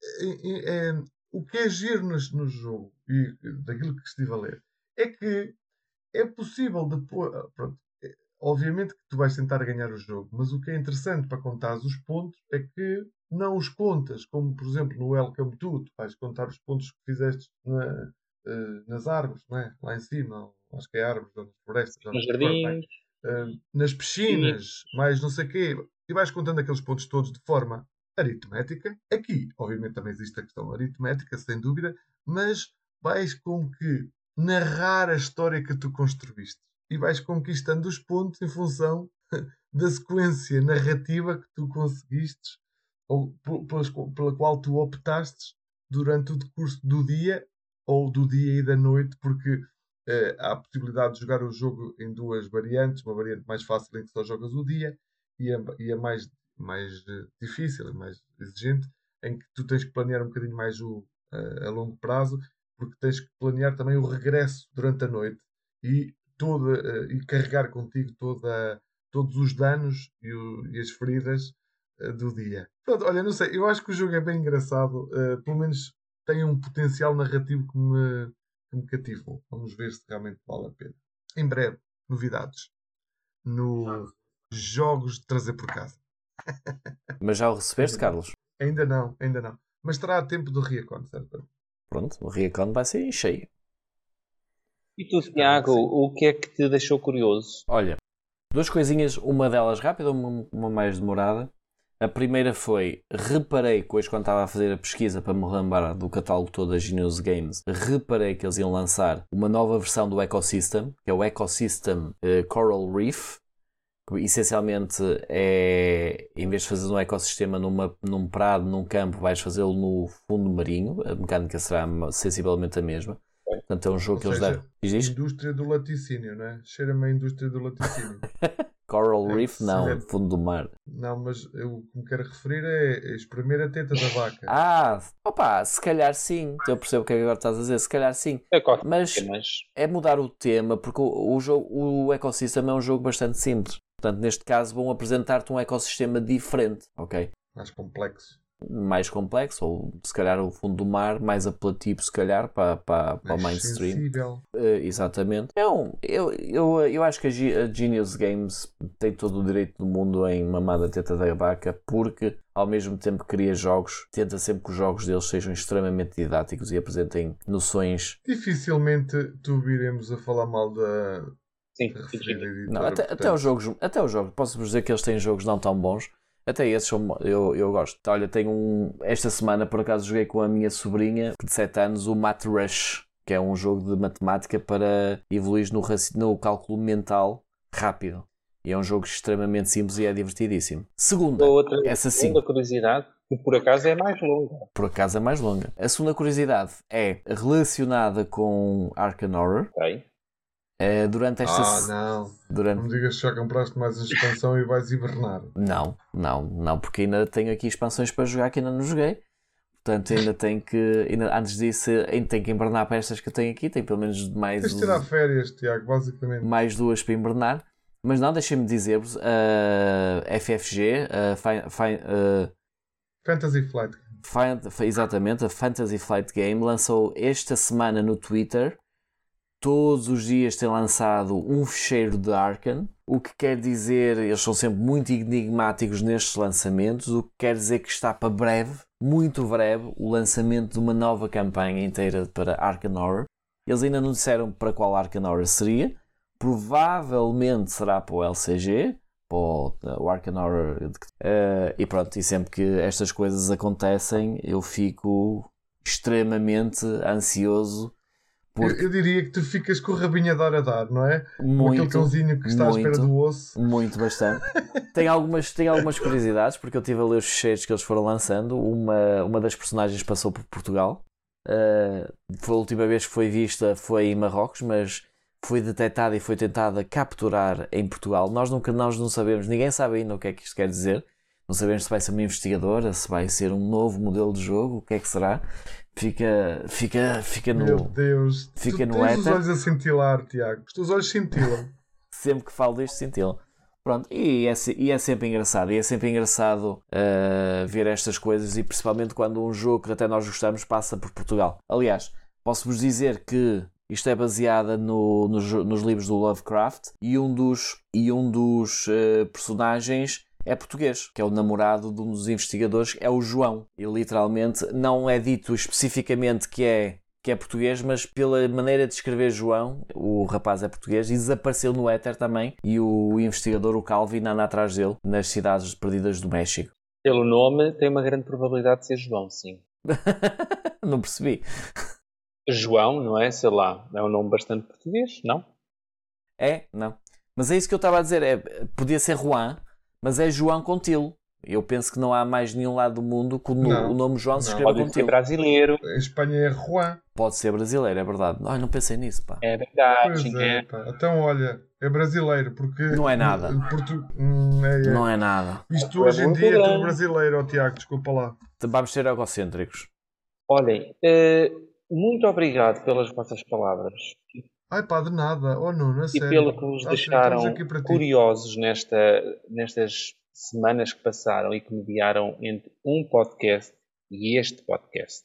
o que é giro no jogo, e daquilo que estive a ler, é que é possível depois... Pronto, obviamente que tu vais tentar ganhar o jogo, mas o que é interessante para contar os pontos é que não os contas, como por exemplo no Welcome to, tu vais contar os pontos que fizeste nas árvores, não é? Lá em cima, acho que é árvores, ou nas florestas, Nos jardins. nas piscinas, mais não sei o quê, e vais contando aqueles pontos todos de forma aritmética. Aqui, obviamente, também existe a questão aritmética, sem dúvida, mas vais com que narrar a história que tu construíste e vais conquistando os pontos em função da sequência narrativa que tu conseguiste ou pela qual tu optaste durante o decurso do dia ou do dia e da noite, porque há a possibilidade de jogar o jogo em 2 variantes, uma variante mais fácil em que só jogas o dia e a mais difícil e mais exigente em que tu tens que planear um bocadinho mais a longo prazo, porque tens que planear também o regresso durante a noite e carregar contigo todos os danos e as feridas do dia. Pronto, olha, não sei, eu acho que o jogo é bem engraçado, pelo menos tem um potencial narrativo que me cativou. Vamos ver se realmente vale a pena. Em breve, novidades no jogos de trazer por casa. Mas já o recebeste, Carlos? Ainda não. Mas estará a tempo do Reacon, certo? Pronto, o Reacon vai ser cheio. E tu, Tiago, o que é que te deixou curioso? Olha, duas coisinhas, uma delas rápida, uma mais demorada. A primeira foi, reparei que hoje quando estava a fazer a pesquisa para me lembrar do catálogo todo da Genius Games, reparei que eles iam lançar uma nova versão do Ecosystem, que é o Ecosystem Coral Reef, que essencialmente é, em vez de fazer um ecossistema num prado, num campo, vais fazê-lo no fundo marinho, a mecânica será sensivelmente a mesma. Portanto, é um jogo que eles deram. Indústria do laticínio, não é? Cheira-me a indústria do laticínio. Coral Reef, não, fundo do mar. Não, mas o que me quero referir é espremer a teta da vaca. Se calhar sim. Eu percebo o que é que agora estás a dizer, se calhar sim. Mas é mudar o tema, porque o ecossistema é um jogo bastante simples. Portanto, neste caso, vão apresentar-te um ecossistema diferente, ok? Mais complexo, ou se calhar o fundo do mar, mais apelativo, se calhar, para o mainstream. Exatamente. Então, eu acho que a Genius Games tem todo o direito do mundo em mamar da teta da vaca, porque ao mesmo tempo que cria jogos, tenta sempre que os jogos deles sejam extremamente didáticos e apresentem noções. Dificilmente tu viremos a falar mal da. Sim, não, até os jogos, posso-vos dizer que eles têm jogos não tão bons. Até esses eu gosto. Olha, tenho esta semana por acaso joguei com a minha sobrinha de 7 anos o Math Rush, que é um jogo de matemática para evoluir no cálculo mental rápido. E é um jogo extremamente simples e é divertidíssimo. Segunda curiosidade, que por acaso é mais longa. A segunda curiosidade é relacionada com Arkham Horror. Ok. Durante esta... não me digas que já compraste mais uma expansão e vais hibernar. Não, porque ainda tenho aqui expansões para jogar que ainda não joguei. Portanto, ainda tenho que... antes disso, ainda tenho que hibernar para estas que eu tenho aqui. Tenho pelo menos mais... Tens de tirar férias, Tiago, basicamente. Mais 2 para hibernar. Mas não, deixem-me dizer-vos, a FFG, Fantasy Flight. Exatamente, a Fantasy Flight Game lançou esta semana no Twitter. Todos os dias tem lançado um fecheiro de Arkham, o que quer dizer, eles são sempre muito enigmáticos nestes lançamentos, o que quer dizer que está para breve, muito breve, o lançamento de uma nova campanha inteira para Arkham Horror. Eles ainda não disseram para qual Arkham Horror seria, provavelmente será para o LCG, para o Arkham Horror, e pronto, e sempre que estas coisas acontecem eu fico extremamente ansioso. Eu diria que tu ficas com o rabinho a dar, não é? Muito, aquele cãozinho que está à espera do osso. Muito, bastante. Tem algumas curiosidades, porque eu estive a ler os fecheiros que eles foram lançando. Uma das personagens passou por Portugal. A última vez que foi vista foi em Marrocos, mas foi detectada e foi tentada capturar em Portugal. Nós não sabemos, ninguém sabe ainda o que é que isto quer dizer. Não sabemos se vai ser uma investigadora, se vai ser um novo modelo de jogo, o que é que será. Fica no... Meu Deus, fica tu no tens os olhos a cintilar, Tiago. Os teus olhos cintilam. Sempre que falo disto, cintilam. Pronto, e é sempre engraçado. E é sempre engraçado ver estas coisas, e principalmente quando um jogo que até nós gostamos passa por Portugal. Aliás, posso-vos dizer que isto é baseada nos livros do Lovecraft, e um dos personagens é português, que é o namorado de um dos investigadores, é o João. E literalmente não é dito especificamente que é português, mas pela maneira de escrever João, o rapaz é português e desapareceu no éter também, e o investigador, o Calvin, anda atrás dele nas cidades perdidas do México. Pelo nome tem uma grande probabilidade de ser João, sim. Não percebi. João, não é? Sei lá, é um nome bastante português, não? Não. Mas é isso que eu estava a dizer, podia ser Juan, mas é João com til. Eu penso que não há mais nenhum lado do mundo que o nome João se escreva com til. Pode ser brasileiro. Em Espanha é Juan. Pode ser brasileiro, é verdade. Não pensei nisso, pá. É verdade. Pois pá. Então, olha, é brasileiro, porque... Não é nada. Não é nada. Isto hoje em dia é tudo brasileiro, Tiago, desculpa lá. Vamos ser egocêntricos. Olhem, muito obrigado pelas vossas palavras. Ai pá, de nada. Oh, não, sério. E pelo que nos deixaram curiosos nestas semanas que passaram e que mediaram entre um podcast e este podcast.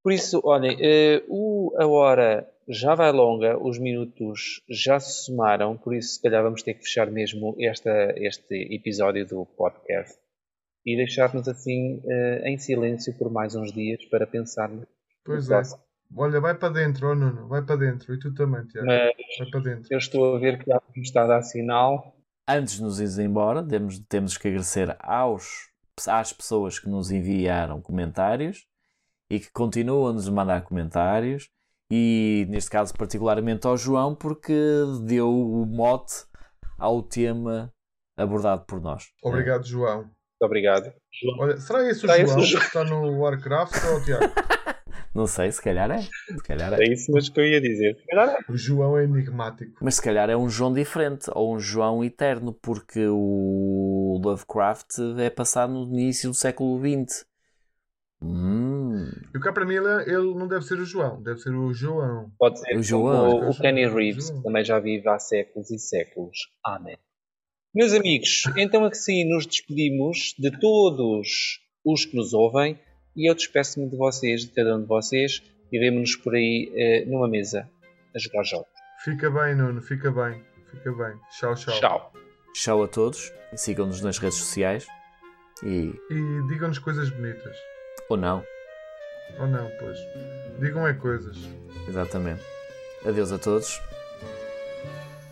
Por isso, olhem, a hora já vai longa, os minutos já se somaram, por isso se calhar vamos ter que fechar mesmo este episódio do podcast e deixar-nos assim em silêncio por mais uns dias para pensarmos. Pois é. Olha, vai para dentro, oh Nuno, vai para dentro. E tu também, Tiago. Mas vai para dentro. Eu estou a ver que há está a dar sinal. Antes de nos irmos embora, temos que agradecer às pessoas que nos enviaram comentários e que continuam a nos mandar comentários, e neste caso particularmente ao João, porque deu o mote ao tema abordado por nós. Obrigado, João. Muito obrigado. Olha, será esse o João que está no Warcraft ou o Tiago? Não sei, se calhar é. É isso mesmo que eu ia dizer. O João é enigmático. Mas se calhar é um João diferente, ou um João eterno, porque o Lovecraft é passado no início do século XX. E cá para mim ele não deve ser o João, deve ser o João. Pode ser o João. O Kenny Reeves, que também já vive há séculos e séculos. Amém. Meus amigos, então assim nos despedimos de todos os que nos ouvem e eu despeço-me de vocês, de cada um de vocês, e vemo-nos por aí numa mesa a jogar jogos. Fica bem, Nuno, fica bem. Fica bem. Tchau, tchau. Tchau. Tchau a todos. Sigam-nos nas redes sociais. E digam-nos coisas bonitas. Ou não. Ou não, pois. Digam coisas. Exatamente. Adeus a todos.